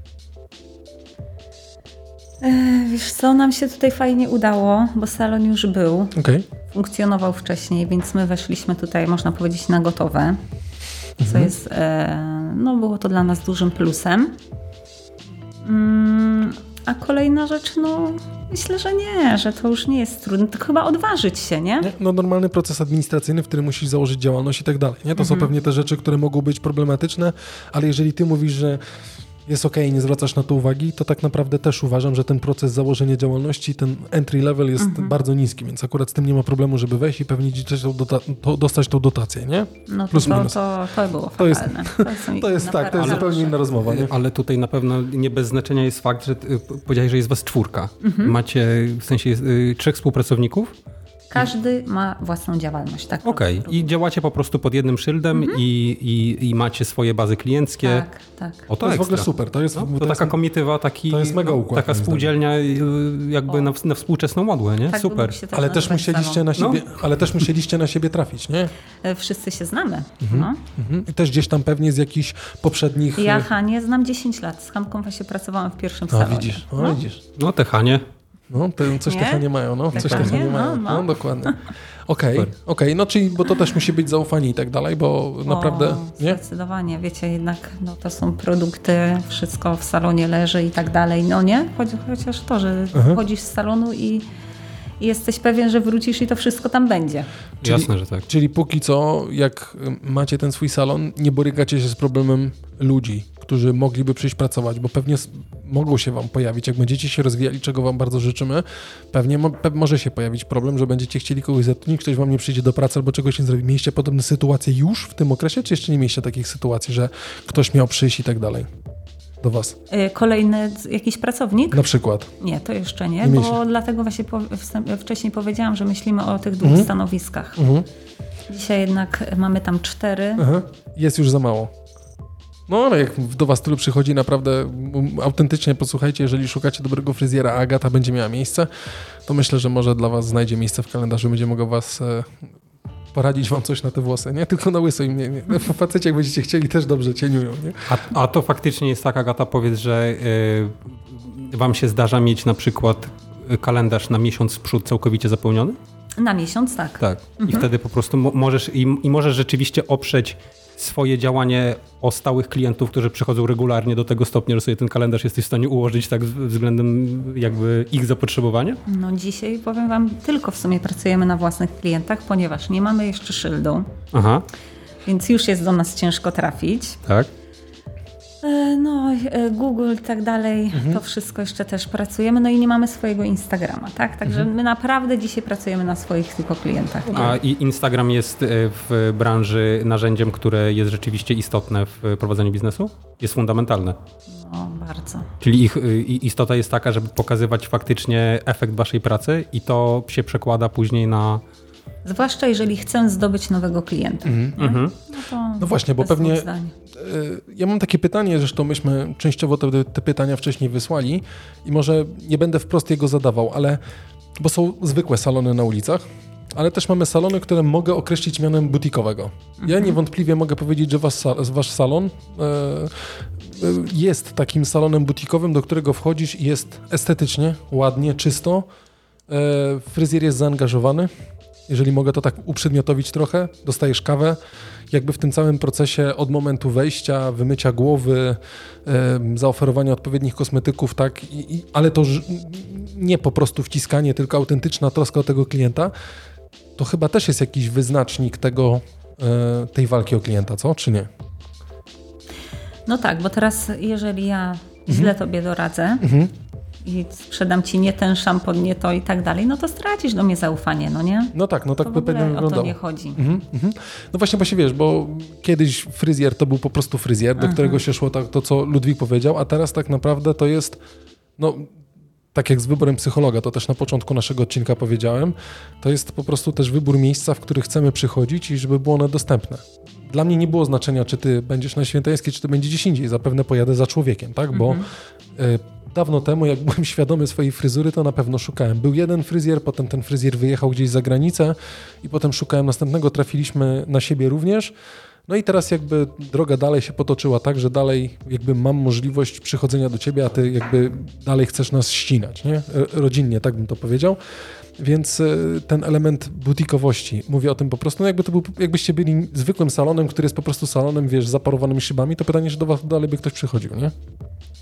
Wiesz co, nam się tutaj fajnie udało, bo salon już był. Funkcjonował wcześniej, więc my weszliśmy tutaj, można powiedzieć, na gotowe. Co jest, było to dla nas dużym plusem. A kolejna rzecz, myślę, że nie, że to już nie jest trudne. To chyba odważyć się, nie? No normalny proces administracyjny, w którym musisz założyć działalność i tak dalej, nie? To są pewnie te rzeczy, które mogą być problematyczne, ale jeżeli ty mówisz, że jest okej, nie zwracasz na to uwagi, to tak naprawdę też uważam, że ten proces założenia działalności, ten entry level jest bardzo niski, więc akurat z tym nie ma problemu, żeby wejść i pewnie dostać tą dotację, nie? No to było fatalne. To jest zupełnie inna rozmowa, nie? Ale tutaj na pewno nie bez znaczenia jest fakt, że powiedziałeś, że jest was 4. Macie w sensie 3 współpracowników? Każdy ma własną działalność, tak? Okej. I działacie po prostu pod jednym szyldem i macie swoje bazy klienckie. Tak. To jest w ogóle super. To jest taka komitywa, to jest mega układ. Taka spółdzielnia jakby na współczesną modłę, nie? Tak, super. Ale też musieliście na siebie trafić, nie? Wszyscy się znamy. I też gdzieś tam pewnie z jakichś poprzednich... Ja Hanię znam 10 lat. Z Hanką właśnie pracowałem w pierwszym salonie. Widzisz. No te Hanie. Coś te Hanie mają, Coś te Hanie mają. No, dokładnie. Okej, czyli, bo to też musi być zaufanie i tak dalej, bo naprawdę, nie? Zdecydowanie, wiecie, jednak to są produkty, wszystko w salonie leży i tak dalej, nie? Chociaż to, że chodzisz z salonu i jesteś pewien, że wrócisz i to wszystko tam będzie. Jasne, że tak. Czyli póki co, jak macie ten swój salon, nie borykacie się z problemem ludzi, którzy mogliby przyjść pracować, bo pewnie mogą się wam pojawić, jak będziecie się rozwijali, czego wam bardzo życzymy, pewnie może się pojawić problem, że będziecie chcieli kogoś zatrudnić, ktoś wam nie przyjdzie do pracy albo czegoś nie zrobi. Mieliście podobne sytuacje już w tym okresie, czy jeszcze nie mieliście takich sytuacji, że ktoś miał przyjść i tak dalej do was? Kolejny jakiś pracownik? Na przykład. Nie, to jeszcze nie, bo dlatego właśnie wcześniej powiedziałam, że myślimy o tych 2 stanowiskach. Dzisiaj jednak mamy tam 4. Jest już za mało. No ale jak do was tylu przychodzi, naprawdę autentycznie posłuchajcie, jeżeli szukacie dobrego fryzjera, a Agata będzie miała miejsce, to myślę, że może dla was znajdzie miejsce w kalendarzu, będzie mogła was poradzić wam coś na te włosy, nie? Tylko na łyso im nie. Faceci, jak będziecie chcieli, też dobrze cieniują, nie? A to faktycznie jest tak, Agata, powiedz, że wam się zdarza mieć na przykład kalendarz na miesiąc w przód całkowicie zapełniony? Na miesiąc, tak. Tak. I wtedy po prostu możesz rzeczywiście oprzeć swoje działanie o stałych klientów, którzy przychodzą regularnie do tego stopnia, że sobie ten kalendarz jesteś w stanie ułożyć tak względem jakby ich zapotrzebowania? No dzisiaj powiem wam, tylko w sumie pracujemy na własnych klientach, ponieważ nie mamy jeszcze szyldu. Więc już jest do nas ciężko trafić. Tak. Google i tak dalej, to wszystko jeszcze też pracujemy, no i nie mamy swojego Instagrama, tak? Także my naprawdę dzisiaj pracujemy na swoich tylko klientach. Nie? A Instagram jest w branży narzędziem, które jest rzeczywiście istotne w prowadzeniu biznesu? Jest fundamentalne? No, bardzo. Czyli ich istota jest taka, żeby pokazywać faktycznie efekt waszej pracy i to się przekłada później na... Zwłaszcza jeżeli chcę zdobyć nowego klienta. No właśnie, bo pewnie ja mam takie pytanie, zresztą myśmy częściowo te pytania wcześniej wysłali i może nie będę wprost jego zadawał, ale bo są zwykłe salony na ulicach, ale też mamy salony, które mogę określić mianem butikowego. Ja niewątpliwie mogę powiedzieć, że wasz salon jest takim salonem butikowym, do którego wchodzisz i jest estetycznie, ładnie, czysto. Fryzjer jest zaangażowany. Jeżeli mogę to tak uprzedmiotowić trochę, dostajesz kawę, jakby w tym całym procesie od momentu wejścia, wymycia głowy, zaoferowania odpowiednich kosmetyków, tak, ale to nie po prostu wciskanie, tylko autentyczna troska o tego klienta, to chyba też jest jakiś wyznacznik tej walki o klienta, co? Czy nie? No tak, bo teraz jeżeli ja źle tobie doradzę, i sprzedam ci nie ten szampon, nie to i tak dalej, no to stracisz do mnie zaufanie, no nie? No tak by pewnie wyglądało. O to nie chodzi. No właśnie wiesz, bo kiedyś fryzjer to był po prostu fryzjer, do którego się szło to, co Ludwik powiedział, a teraz tak naprawdę to jest, tak jak z wyborem psychologa, to też na początku naszego odcinka powiedziałem, to jest po prostu też wybór miejsca, w których chcemy przychodzić i żeby było one dostępne. Dla mnie nie było znaczenia, czy ty będziesz na Świętojańskiej, czy ty będziesz gdzieś indziej. Zapewne pojadę za człowiekiem, tak? Bo dawno temu, jak byłem świadomy swojej fryzury, to na pewno szukałem. Był jeden fryzjer, potem ten fryzjer wyjechał gdzieś za granicę i potem szukałem następnego, trafiliśmy na siebie również. No i teraz jakby droga dalej się potoczyła tak, że dalej jakby mam możliwość przychodzenia do ciebie, a ty jakby dalej chcesz nas ścinać, nie? Rodzinnie, tak bym to powiedział. Więc ten element butikowości, mówię o tym po prostu, jakbyście byli zwykłym salonem, który jest po prostu salonem, wiesz, z zaparowanymi szybami, to pytanie, czy do was dalej by ktoś przychodził, nie?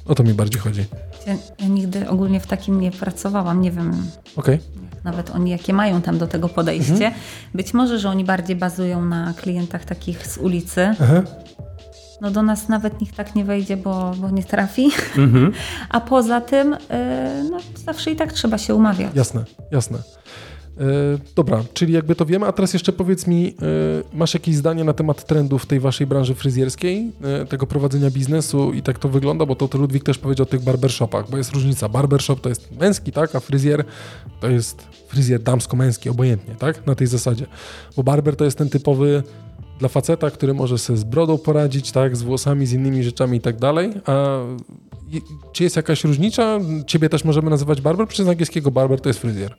O to mi bardziej chodzi. Ja nigdy ogólnie w takim nie pracowałam, nie wiem. Nawet oni jakie mają tam do tego podejście. Być może, że oni bardziej bazują na klientach takich z ulicy. No do nas nawet nikt tak nie wejdzie, bo nie trafi. A poza tym no, zawsze i tak trzeba się umawiać. Jasne. Dobra, czyli jakby to wiemy, a teraz jeszcze powiedz mi, masz jakieś zdanie na temat trendów w tej waszej branży fryzjerskiej, tego prowadzenia biznesu i tak to wygląda, bo to Ludwik też powiedział o tych barbershopach, bo jest różnica. Barbershop to jest męski, tak, a fryzjer to jest fryzjer damsko-męski, obojętnie, tak, na tej zasadzie. Bo barber to jest ten typowy dla faceta, który może sobie z brodą poradzić, tak, z włosami, z innymi rzeczami i tak dalej, a czy jest jakaś różnica? Ciebie też możemy nazywać barber, przecież z angielskiego barber to jest fryzjer.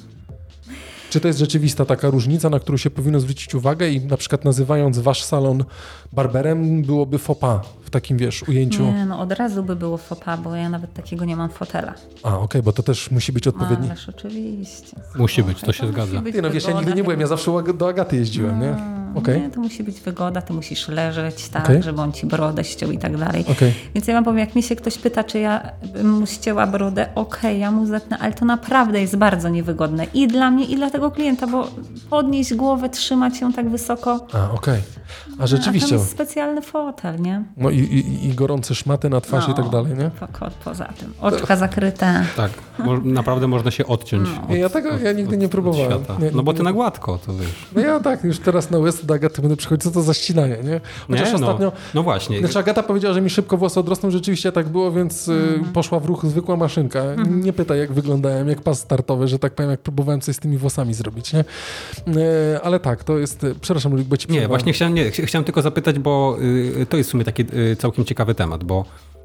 Czy to jest rzeczywista taka różnica, na którą się powinno zwrócić uwagę i na przykład nazywając wasz salon barberem byłoby faux pas w takim, ujęciu? Nie, no od razu by było faux pas, bo ja nawet takiego nie mam fotela. Okej, bo to też musi być odpowiedni. Ależ oczywiście. Musi być, to się zgadza. No wiesz, ja nigdy nie byłem, ja zawsze do Agaty jeździłem, nie? Nie, to musi być wygoda, ty musisz leżeć, tak, żeby on ci brodę ściął i tak dalej. Więc ja wam powiem, jak mi się ktoś pyta, czy ja bym mu ścięła brodę, ja mu zetnę, ale to naprawdę jest bardzo niewygodne i dla mnie, i dla tego klienta, bo podnieść głowę, trzymać ją tak wysoko. A rzeczywiście. A tam jest specjalny fotel, nie? No i gorące szmaty na twarz i tak dalej, nie? Poza tym. Oczka zakryte. Tak, naprawdę można się odciąć. Ja nigdy nie próbowałem. No bo ty na gładko, to wiesz. No ja tak, już teraz na łyso do Agaty będę przychodzić, co to za ścinanie, nie? Chociaż ostatnio... No właśnie. Znaczy Agata powiedziała, że mi szybko włosy odrosną, rzeczywiście tak było, więc poszła w ruch zwykła maszynka. Nie pytaj, jak wyglądałem, jak pas startowy, że tak powiem, jak próbowałem coś z tymi włosami zrobić, nie? Ale tak, to jest... Przepraszam, Ludik, bo ci Nie, właśnie chciałem tylko zapytać, bo to jest w sumie taki całkiem ciekawy temat, bo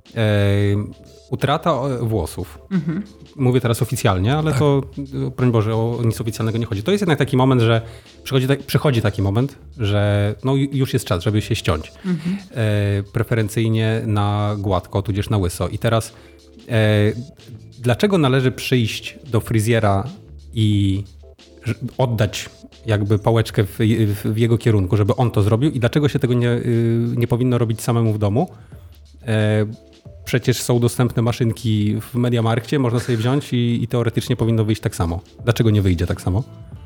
utrata włosów, mówię teraz oficjalnie, ale to, broń Boże, o nic oficjalnego nie chodzi. To jest jednak taki moment, że przychodzi taki moment, że no już jest czas, żeby się ściąć. Preferencyjnie na gładko, tudzież na łyso. I teraz dlaczego należy przyjść do fryzjera i oddać jakby pałeczkę w jego kierunku, żeby on to zrobił i dlaczego się tego nie powinno robić samemu w domu? Przecież są dostępne maszynki w MediaMarkcie, można sobie wziąć i teoretycznie powinno wyjść tak samo. Dlaczego nie wyjdzie tak samo?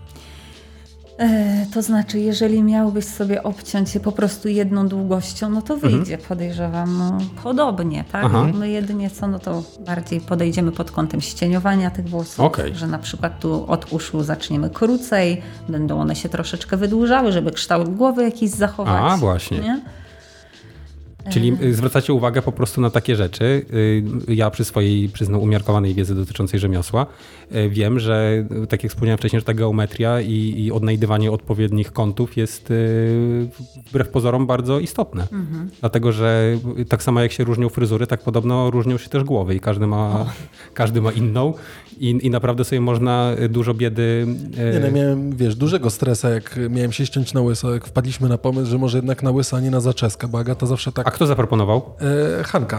To znaczy, jeżeli miałbyś sobie obciąć się po prostu jedną długością, no to wyjdzie, podejrzewam, podobnie, tak? My jedynie no to bardziej podejdziemy pod kątem ścieniowania tych włosów, że na przykład tu od uszu zaczniemy krócej, będą one się troszeczkę wydłużały, żeby kształt głowy jakiś zachować. Właśnie. Nie? Czyli zwracacie uwagę po prostu na takie rzeczy. Ja przy swojej, przyznam, umiarkowanej wiedzy dotyczącej rzemiosła wiem, że tak jak wspomniałem wcześniej, że ta geometria i odnajdywanie odpowiednich kątów jest wbrew pozorom bardzo istotne. Dlatego, że tak samo jak się różnią fryzury, tak podobno różnią się też głowy i każdy ma inną i naprawdę sobie można dużo biedy... Nie, miałem, dużego stresa, jak miałem się ściąć na łyso, jak wpadliśmy na pomysł, że może jednak na łyso, a nie na zaczeskę, bo Agata zawsze tak... A kto zaproponował? Hanka.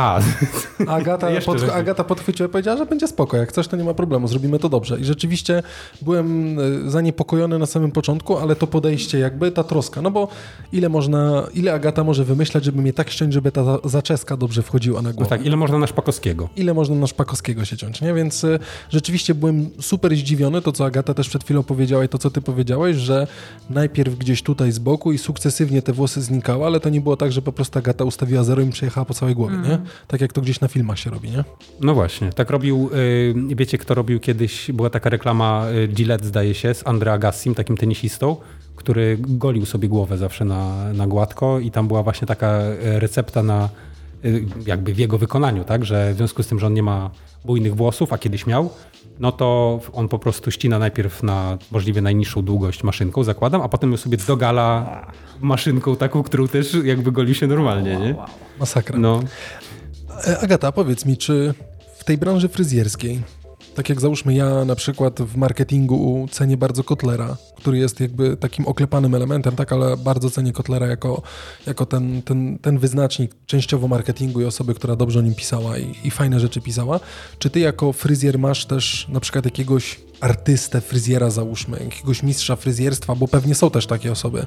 Agata podchwyciła i powiedziała, że będzie spoko, jak coś to nie ma problemu, zrobimy to dobrze. I rzeczywiście byłem zaniepokojony na samym początku, ale to podejście jakby, ta troska, no bo ile Agata może wymyślać, żeby mnie tak ściąć, żeby ta zaczeska dobrze wchodziła na głowę. No tak, ile można na Szpakowskiego. Ile można na Szpakowskiego się ciąć, nie? Więc rzeczywiście byłem super zdziwiony, to co Agata też przed chwilą powiedziała i to co ty powiedziałeś, że najpierw gdzieś tutaj z boku i sukcesywnie te włosy znikały, ale to nie było tak, że po prostu Agata ustawiła zero i przejechała po całej głowie, nie? Tak jak to gdzieś na filmach się robi, nie? No właśnie, tak robił, wiecie kto robił kiedyś, była taka reklama Gillette zdaje się, z Andre Agassim, takim tenisistą, który golił sobie głowę zawsze na gładko i tam była właśnie taka recepta na jakby w jego wykonaniu, tak, że w związku z tym, że on nie ma bujnych włosów, a kiedyś miał, no to on po prostu ścina najpierw na możliwie najniższą długość maszynką, zakładam, a potem sobie dogala maszynką taką, którą też jakby goli się normalnie, nie? Masakra. No. Agata, powiedz mi, czy w tej branży fryzjerskiej tak jak załóżmy ja na przykład w marketingu cenię bardzo Kotlera, który jest jakby takim oklepanym elementem, tak, ale bardzo cenię Kotlera jako ten wyznacznik częściowo marketingu i osoby, która dobrze o nim pisała i fajne rzeczy pisała. Czy ty jako fryzjer masz też na przykład jakiegoś artystę, fryzjera załóżmy, jakiegoś mistrza fryzjerstwa, bo pewnie są też takie osoby,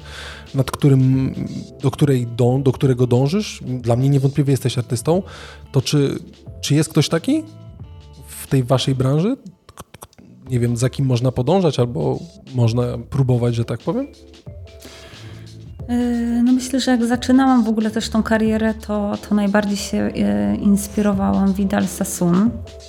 do którego dążysz? Dla mnie niewątpliwie jesteś artystą. To czy jest ktoś taki w tej waszej branży? Nie wiem, za kim można podążać albo można próbować, że tak powiem? No myślę, że jak zaczynałam w ogóle też tą karierę, to najbardziej się inspirowałam Vidal Sassoon,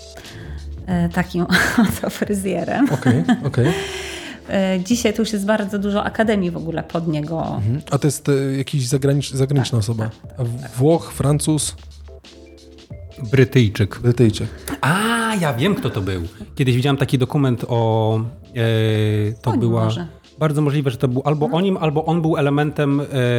takim oto fryzjerem. Okej. Dzisiaj to już jest bardzo dużo akademii w ogóle pod niego. A to jest jakiś zagraniczna osoba? A Włoch, Francuz? Brytyjczyk. A, ja wiem, kto to był. Kiedyś widziałem taki dokument o... to była... Może. Bardzo możliwe, że to był albo o nim, albo on był elementem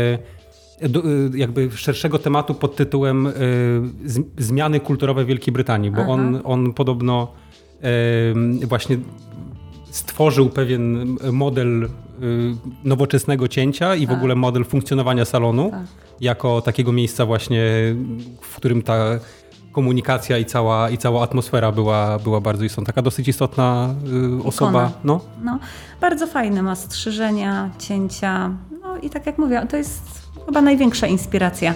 jakby szerszego tematu pod tytułem zmiany kulturowe w Wielkiej Brytanii, bo on podobno właśnie stworzył pewien model nowoczesnego cięcia i w ogóle model funkcjonowania salonu jako takiego miejsca właśnie, w którym ta komunikacja i cała atmosfera była bardzo istotna. Taka dosyć istotna osoba. No, bardzo fajne, ma strzyżenia, cięcia. No i tak jak mówię, to jest chyba największa inspiracja.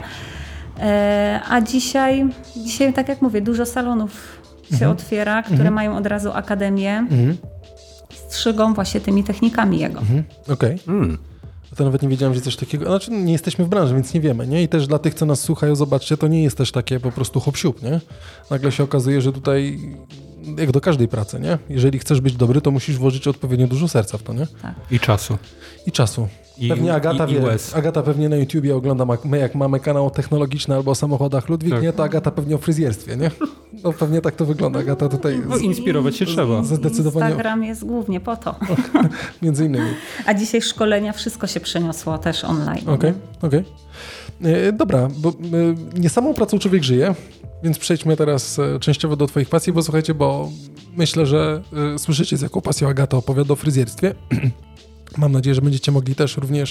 A dzisiaj, tak jak mówię, dużo salonów się otwiera, które mają od razu akademię. Strzygą właśnie tymi technikami jego. Okej. To nawet nie wiedziałem, że coś takiego... Znaczy nie jesteśmy w branży, więc nie wiemy, nie? I też dla tych, co nas słuchają, zobaczcie, to nie jest też takie po prostu hop-siup, nie? Nagle się okazuje, że tutaj, jak do każdej pracy, nie? Jeżeli chcesz być dobry, to musisz włożyć odpowiednio dużo serca w to, nie? Tak. I czasu. Pewnie Agata wie. Agata pewnie na YouTubie ogląda, my jak mamy kanał technologiczny albo o samochodach Ludwik, nie? To Agata pewnie o fryzjerstwie, nie? No pewnie tak to wygląda. Agata tutaj... inspirować się trzeba. Zdecydowanie. Instagram jest głównie po to. Między innymi. A dzisiaj szkolenia, wszystko się przeniosło też online. Okej. Dobra, bo nie samą pracą człowiek żyje, więc przejdźmy teraz częściowo do twoich pasji, bo słuchajcie, bo myślę, że słyszycie, z jaką pasją Agata opowiada o fryzjerstwie. Mam nadzieję, że będziecie mogli też również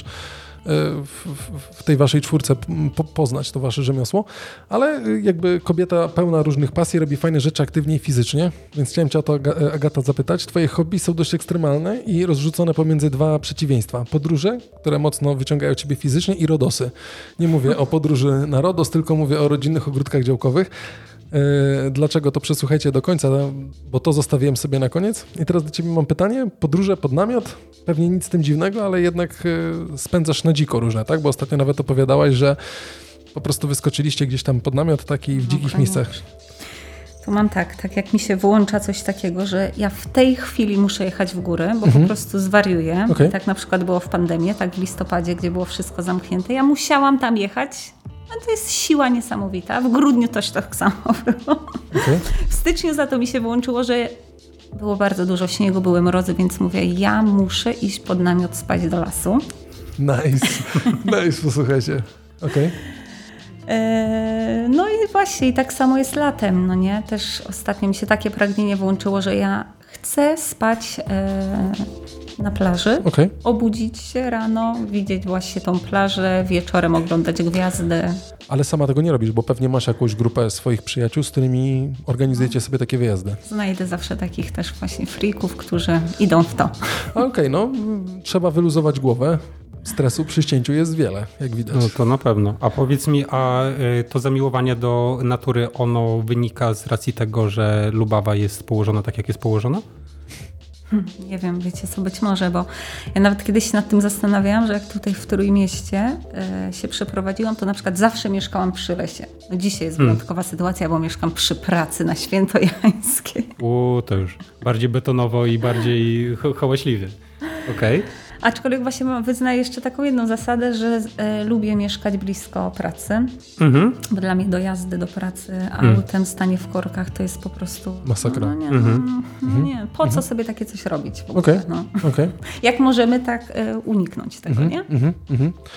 w tej waszej czwórce poznać to wasze rzemiosło, ale jakby kobieta pełna różnych pasji, robi fajne rzeczy aktywnie i fizycznie, więc chciałem cię o to, Agata, zapytać. Twoje hobby są dość ekstremalne i rozrzucone pomiędzy dwa przeciwieństwa. Podróże, które mocno wyciągają ciebie fizycznie, i rodosy. Nie mówię o podróży na Rodos, tylko mówię o rodzinnych ogródkach działkowych. Dlaczego, to przesłuchajcie do końca, bo to zostawiłem sobie na koniec. I teraz do ciebie mam pytanie. Podróże pod namiot? Pewnie nic z tym dziwnego, ale jednak spędzasz na dziko różne, tak? Bo ostatnio nawet opowiadałaś, że po prostu wyskoczyliście gdzieś tam pod namiot, taki w dzikich miejscach. To mam tak jak mi się wyłącza coś takiego, że ja w tej chwili muszę jechać w górę, bo po prostu zwariuję. Tak na przykład było w pandemii, tak w listopadzie, gdzie było wszystko zamknięte. Ja musiałam tam jechać. No to jest siła niesamowita. W grudniu też tak samo było. W styczniu za to mi się wyłączyło, że było bardzo dużo śniegu, były mrozy, więc mówię, ja muszę iść pod namiot spać do lasu. Nice, posłuchajcie. No i właśnie, i tak samo jest latem, no nie? Też ostatnio mi się takie pragnienie włączyło, że ja chcę spać na plaży, obudzić się rano, widzieć właśnie tą plażę, wieczorem oglądać gwiazdy. Ale sama tego nie robisz, bo pewnie masz jakąś grupę swoich przyjaciół, z którymi organizujecie sobie takie wyjazdy. Znajdę zawsze takich też właśnie freaków, którzy idą w to. Trzeba wyluzować głowę. Stresu przy ścięciu jest wiele, jak widać. No to na pewno. A powiedz mi, to zamiłowanie do natury, ono wynika z racji tego, że Lubawa jest położona tak, jak jest położona? Nie wiem, wiecie co, być może, bo ja nawet kiedyś się nad tym zastanawiałam, że jak tutaj w Trójmieście się przeprowadziłam, to na przykład zawsze mieszkałam przy lesie. No dzisiaj jest wyjątkowa sytuacja, bo mieszkam przy pracy na Świętojańskiej. To już bardziej betonowo i bardziej hałaśliwie. Okej. Aczkolwiek właśnie wyznaję jeszcze taką jedną zasadę, że lubię mieszkać blisko pracy, bo dla mnie dojazdy do pracy autem, stanie w korkach to jest po prostu... Masakra. Nie. Po co sobie takie coś robić w ogóle? Jak możemy tak uniknąć tego, nie?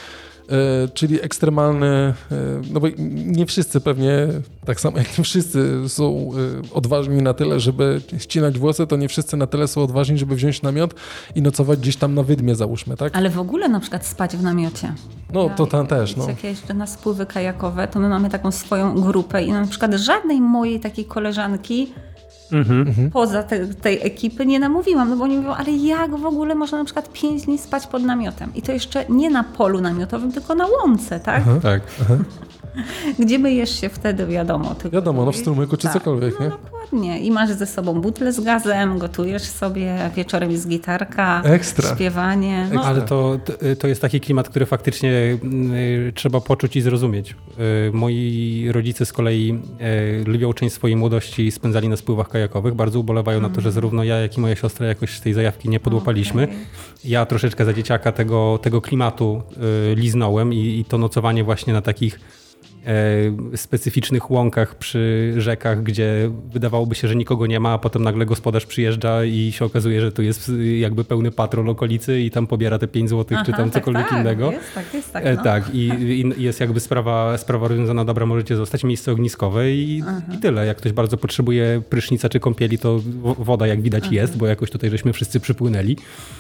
czyli ekstremalny, no bo nie wszyscy pewnie, tak samo jak nie wszyscy są odważni na tyle, żeby ścinać włosy, to nie wszyscy na tyle są odważni, żeby wziąć namiot i nocować gdzieś tam na wydmie, załóżmy, tak? Ale w ogóle na przykład spać w namiocie. No to tam też, no. Jak ja jeszcze na spływy kajakowe, to my mamy taką swoją grupę i na przykład żadnej mojej takiej koleżanki poza tej ekipy nie namówiłam, no bo oni mówią, ale jak w ogóle można na przykład 5 dni spać pod namiotem? I to jeszcze nie na polu namiotowym, tylko na łące, tak? Tak. Gdzie myjesz się wtedy, wiadomo. Wiadomo, no w strumyku czy cokolwiek, nie? Dokładnie. I masz ze sobą butlę z gazem, gotujesz sobie, wieczorem jest gitarka, Ekstra. śpiewanie. No. Ale to jest taki klimat, który faktycznie trzeba poczuć i zrozumieć. Moi rodzice z kolei lwią część swojej młodości spędzali na spływach kajakowych. Bardzo ubolewają na to, że zarówno ja, jak i moja siostra jakoś tej zajawki nie podłapaliśmy. Okay. Ja troszeczkę za dzieciaka tego klimatu liznąłem i to nocowanie właśnie na takich specyficznych łąkach przy rzekach, gdzie wydawałoby się, że nikogo nie ma, a potem nagle gospodarz przyjeżdża i się okazuje, że tu jest jakby pełny patrol okolicy i tam pobiera te 5 zł czy tam cokolwiek innego. Jest tak. No. Tak, i jest jakby sprawa rozwiązana, dobra, możecie zostać, miejsce ogniskowe i tyle. Jak ktoś bardzo potrzebuje prysznica czy kąpieli, to woda jak widać jest, bo jakoś tutaj żeśmy wszyscy przypłynęli.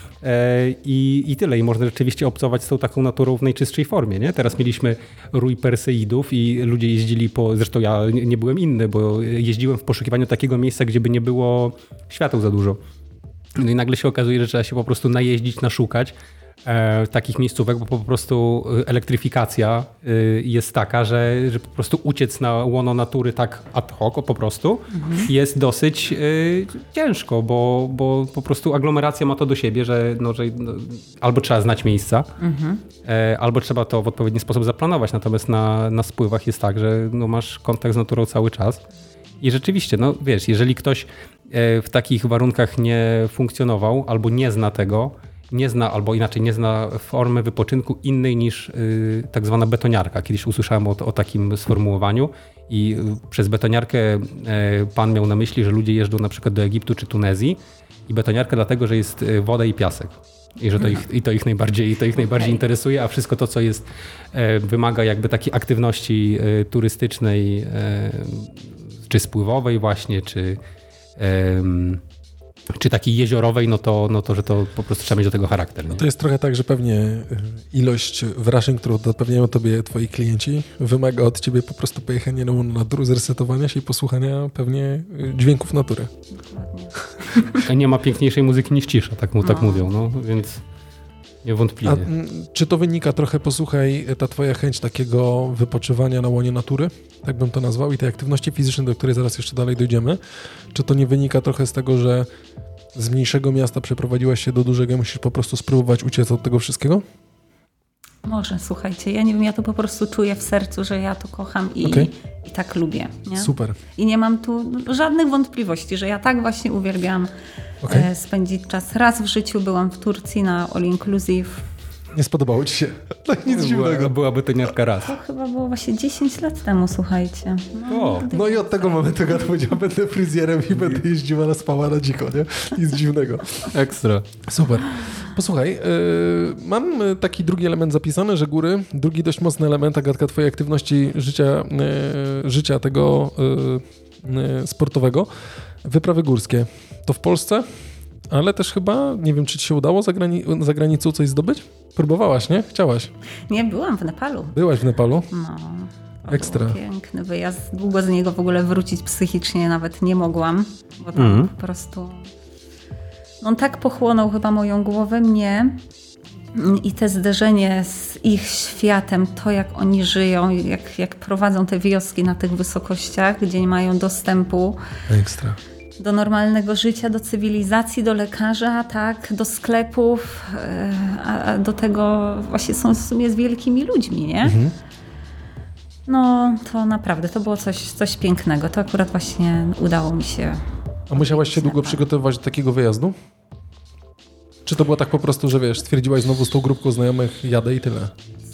I tyle. I można rzeczywiście obcować z tą taką naturą w najczystszej formie. Nie? Teraz mieliśmy rój Perseidów i ludzie jeździli zresztą ja nie byłem inny, bo jeździłem w poszukiwaniu takiego miejsca, gdzie by nie było świateł za dużo. No i nagle się okazuje, że trzeba się po prostu najeździć, naszukać takich miejscówek, bo po prostu elektryfikacja jest taka, że po prostu uciec na łono natury tak ad hoc po prostu jest dosyć ciężko, bo po prostu aglomeracja ma to do siebie, że albo trzeba znać miejsca, albo trzeba to w odpowiedni sposób zaplanować. Natomiast na spływach jest tak, że masz kontakt z naturą cały czas. I rzeczywiście, wiesz, jeżeli ktoś w takich warunkach nie funkcjonował albo nie zna tego, albo inaczej nie zna formy wypoczynku innej niż tak zwana betoniarka. Kiedyś usłyszałem o takim sformułowaniu i przez betoniarkę pan miał na myśli, że ludzie jeżdżą na przykład do Egiptu czy Tunezji i betoniarka dlatego, że jest woda i piasek. I że to ich najbardziej interesuje, a wszystko to, co jest, wymaga jakby takiej aktywności turystycznej czy spływowej właśnie, czy takiej jeziorowej, no to, że to po prostu trzeba mieć do tego charakter. Nie? To jest trochę tak, że pewnie ilość wrażeń, którą zapewniają tobie twoi klienci, wymaga od ciebie po prostu pojechania na natury, zresetowania się i posłuchania pewnie dźwięków natury. Dokładnie. Nie ma piękniejszej muzyki niż cisza, tak mówią, więc niewątpliwie. A czy to wynika trochę, posłuchaj, ta twoja chęć takiego wypoczywania na łonie natury, tak bym to nazwał, i tej aktywności fizycznej, do której zaraz jeszcze dalej dojdziemy, czy to nie wynika trochę z tego, że z mniejszego miasta przeprowadziłaś się do dużego i musisz po prostu spróbować uciec od tego wszystkiego? Może, słuchajcie, ja nie wiem, ja to po prostu czuję w sercu, że ja to kocham i tak lubię. Nie? Super. I nie mam tu żadnych wątpliwości, że ja tak właśnie uwielbiam spędzić czas. Raz w życiu byłam w Turcji na All Inclusive. Nie spodobało ci się? Tak, nic dziwnego. Byłaby to niatka raz. To chyba było właśnie 10 lat temu, słuchajcie. No i od tego momentu ja powiedziała, będę fryzjerem i będę jeździła na spała na dziko, nie? Nic dziwnego. Ekstra. Super. Posłuchaj, mam taki drugi element zapisany, że góry, drugi dość mocny element, Agatka, twojej aktywności życia tego sportowego, wyprawy górskie. To w Polsce? Ale też chyba, nie wiem, czy ci się udało za granicą coś zdobyć? Próbowałaś, nie? Chciałaś? Nie, byłam w Nepalu. Byłaś w Nepalu? No. Ekstra. Piękny wyjazd. Długo z niego w ogóle wrócić psychicznie nawet nie mogłam, bo tam po prostu... On tak pochłonął chyba moją głowę, mnie i te zderzenie z ich światem, to jak oni żyją, jak prowadzą te wioski na tych wysokościach, gdzie nie mają dostępu. Ekstra. Do normalnego życia, do cywilizacji, do lekarza, tak, do sklepów, a do tego właśnie są w sumie z wielkimi ludźmi, nie? No to naprawdę, to było coś pięknego. To akurat właśnie udało mi się. A musiałaś się długo przygotowywać do takiego wyjazdu? Czy to było tak po prostu, że wiesz, stwierdziłaś znowu z tą grupką znajomych, jadę i tyle?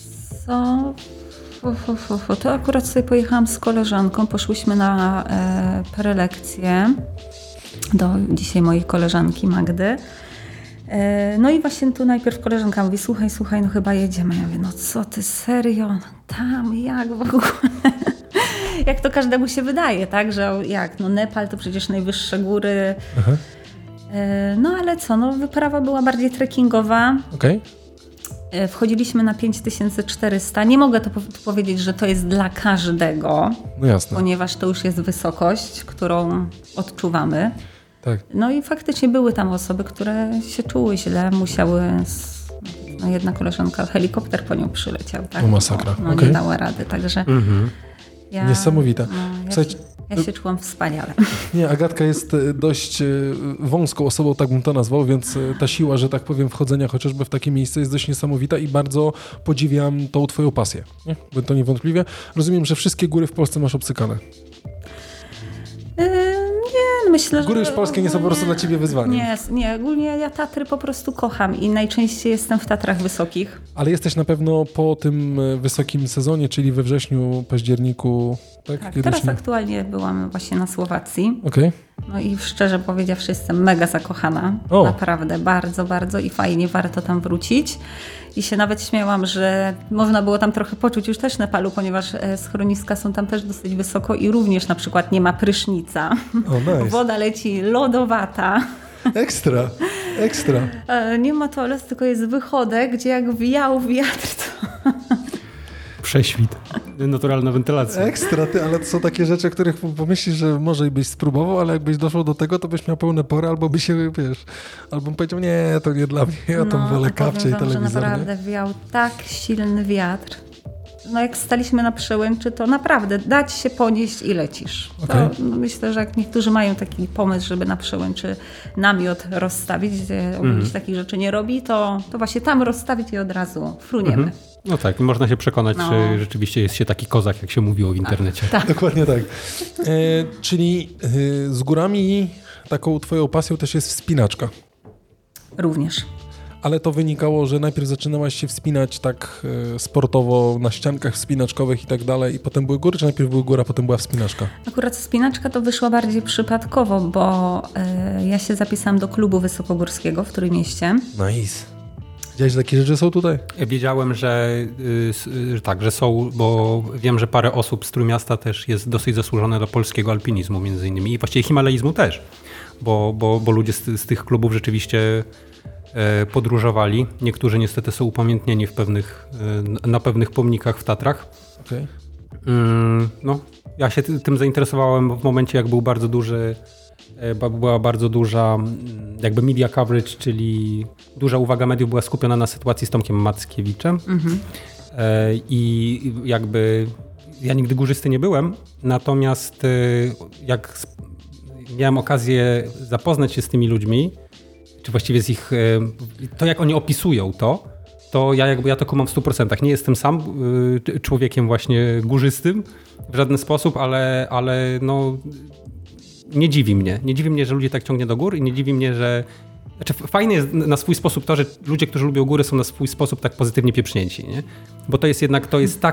To akurat sobie pojechałam z koleżanką, poszłyśmy na prelekcję do dzisiaj mojej koleżanki Magdy No i właśnie tu najpierw koleżanka mówi, słuchaj, no chyba jedziemy. Ja mówię, no co ty, serio? No tam, jak w ogóle? Jak to każdemu się wydaje, tak? Że jak? No Nepal to przecież najwyższe góry. Aha. No ale co? No wyprawa była bardziej trekkingowa. Okej. Wchodziliśmy na 5400. Nie mogę tu powiedzieć, że to jest dla każdego. No jasne. Ponieważ to już jest wysokość, którą odczuwamy. Tak. No i faktycznie były tam osoby, które się czuły źle, musiały... No jedna koleżanka, helikopter po nią przyleciał. Tak? O masakra. No nie dała rady, także... Niesamowite. Ja się czułam wspaniale. Nie, Agatka jest dość wąską osobą, tak bym to nazwał, więc ta siła, że tak powiem, wchodzenia chociażby w takie miejsce jest dość niesamowita i bardzo podziwiam tą twoją pasję. Nie? Bo to niewątpliwie. Rozumiem, że wszystkie góry w Polsce masz obcykane. Nie, myślę, że... Góry już polskie nie są po prostu dla ciebie wyzwaniem. Nie, ogólnie ja Tatry po prostu kocham i najczęściej jestem w Tatrach Wysokich. Ale jesteś na pewno po tym wysokim sezonie, czyli we wrześniu, październiku, tak? Teraz aktualnie byłam właśnie na Słowacji. Okej. No i szczerze powiedziawszy jestem mega zakochana. Naprawdę, bardzo, bardzo i fajnie, warto tam wrócić. I się nawet śmiałam, że można było tam trochę poczuć już też Nepalu, ponieważ schroniska są tam też dosyć wysoko i również na przykład nie ma prysznica. Nice. Woda leci lodowata. Ekstra. Nie ma toalet, tylko jest wychodek, gdzie jak wiał wiatr, to... Prześwit. Naturalna wentylacja. Ekstra, ale to są takie rzeczy, o których pomyślisz, że może byś spróbował, ale jakbyś doszło do tego, to byś miał pełne pory, albo by się, albo bym powiedział, nie, to nie dla mnie, ja tam wolę kapcie i telewizor. Że naprawdę wiał tak silny wiatr. No jak staliśmy na przełęczy, to naprawdę dać się ponieść i lecisz. Okay. To, myślę, że jak niektórzy mają taki pomysł, żeby na przełęczy namiot rozstawić, gdzie ogólnie takich rzeczy nie robi, to właśnie tam rozstawić i od razu fruniemy. No tak, można się przekonać, czy rzeczywiście jest się taki kozak, jak się mówiło w internecie. Tak. Dokładnie tak. Czyli z górami taką twoją pasją też jest wspinaczka. Również. Ale to wynikało, że najpierw zaczynałaś się wspinać tak sportowo na ściankach wspinaczkowych i tak dalej i potem były góry, czy najpierw była góra, potem była wspinaczka? Akurat wspinaczka to wyszła bardziej przypadkowo, bo ja się zapisałam do klubu wysokogórskiego w Trójmieście. Nice. Wiedziałeś, że takie rzeczy są tutaj? Wiedziałem, że tak, że są, bo wiem, że parę osób z Trójmiasta też jest dosyć zasłużone do polskiego alpinizmu między innymi i właściwie himalaizmu też, bo ludzie z tych klubów rzeczywiście podróżowali. Niektórzy niestety są upamiętnieni na pewnych pomnikach w Tatrach. Okay. No, ja się tym zainteresowałem w momencie, jak była bardzo duża jakby media coverage, czyli duża uwaga mediów była skupiona na sytuacji z Tomkiem Mackiewiczem. I jakby ja nigdy górzysty nie byłem, natomiast jak miałem okazję zapoznać się z tymi ludźmi, czy właściwie z ich, to jak oni opisują to ja to kumam w 100%. Nie jestem sam człowiekiem właśnie górzystym w żaden sposób, ale no nie dziwi mnie, że ludzi tak ciągnie do gór i nie dziwi mnie, że znaczy fajne jest na swój sposób to, że ludzie, którzy lubią góry, są na swój sposób tak pozytywnie pieprznięci, nie? Bo to jest jednak,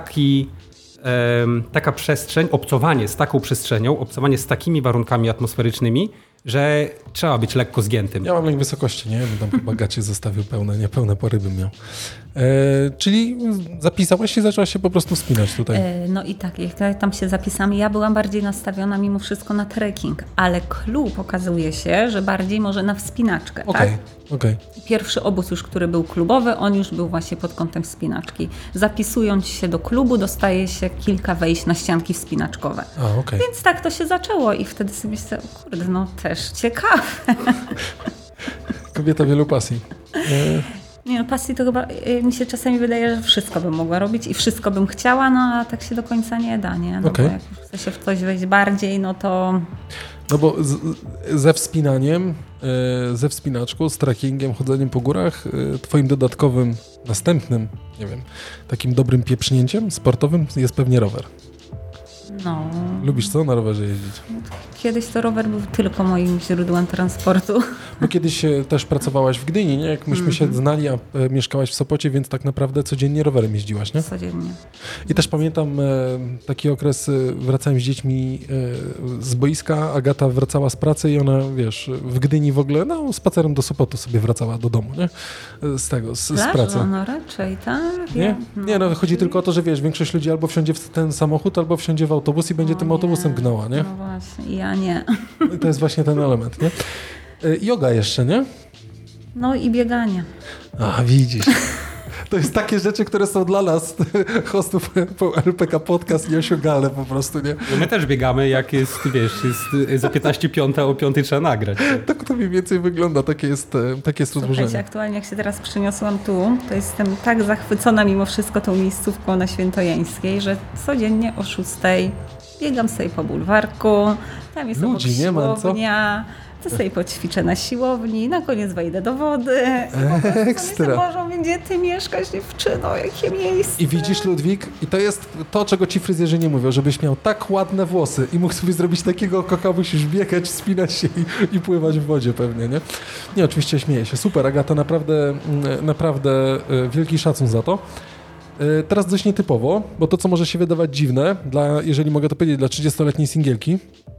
taka przestrzeń, obcowanie z taką przestrzenią, obcowanie z takimi warunkami atmosferycznymi, że trzeba być lekko zgiętym. Ja mam lęk wysokości, nie? Bym tam chyba gacie zostawił pełne pory bym miał. Czyli zapisałaś się i zaczęłaś się po prostu wspinać tutaj. No i tak, jak tam się zapisałam, ja byłam bardziej nastawiona mimo wszystko na trekking, ale klub okazuje się, że bardziej może na wspinaczkę. Okej. Pierwszy obóz już, który był klubowy, on już był właśnie pod kątem wspinaczki. Zapisując się do klubu, dostaje się kilka wejść na ścianki wspinaczkowe. Więc tak to się zaczęło i wtedy sobie myślę, kurde, no też ciekawe. Kobieta wielu pasji. Nie no, pasji to chyba mi się czasami wydaje, że wszystko bym mogła robić i wszystko bym chciała, no a tak się do końca nie da, nie? No bo jak chce się w coś wejść bardziej, no to... No bo ze wspinaniem, ze wspinaczką, z trekkingiem, chodzeniem po górach, twoim dodatkowym, następnym, nie wiem, takim dobrym pieprznięciem sportowym jest pewnie rower. No. Lubisz co? Na rowerze jeździć? Kiedyś to rower był tylko moim źródłem transportu. Bo kiedyś też pracowałaś w Gdyni, nie? Jak myśmy się znali, a mieszkałaś w Sopocie, więc tak naprawdę codziennie rowerem jeździłaś, nie? Codziennie. I też pamiętam taki okres, wracałem z dziećmi z boiska, Agata wracała z pracy i ona, wiesz, w Gdyni w ogóle, no spacerem do Sopotu sobie wracała do domu, nie? Z pracy. No raczej, tak. Nie? Nie, no chodzi tylko o to, że wiesz, większość ludzi albo wsiądzie w ten samochód, albo wsiądzie w autobus i będzie tym autobusem gnała, nie? No właśnie, ja nie. I to jest właśnie ten element, nie? Yoga jeszcze, nie? No i bieganie. A, widzisz. To jest takie rzeczy, które są dla nas, hostów LPK Podcast, nieosiągalne po prostu, nie? No my też biegamy, jak jest, wiesz, jest za 15:05, o 5:00 trzeba nagrać. Tak to mniej więcej wygląda, takie jest rozłożenie. Słuchajcie, aktualnie jak się teraz przeniosłam tu, to jestem tak zachwycona mimo wszystko tą miejscówką na Świętojańskiej, że codziennie o 6:00 biegam sobie po bulwarku, tam jest obok siłownia, to sobie poćwiczę na siłowni, na koniec wejdę do wody. Ekstra. Boże, gdzie ty mieszkasz, dziewczyno, jakie miejsce. I widzisz, Ludwik, i to jest to, czego ci fryzjerzy nie mówią, żebyś miał tak ładne włosy i mógł sobie zrobić takiego koka, musisz biegać, spinać się i pływać w wodzie pewnie, nie? Nie, oczywiście śmieję się. Super, Agata, naprawdę wielki szacun za to. Teraz dość nietypowo, bo to, co może się wydawać dziwne, jeżeli mogę to powiedzieć, dla 30-letniej singielki.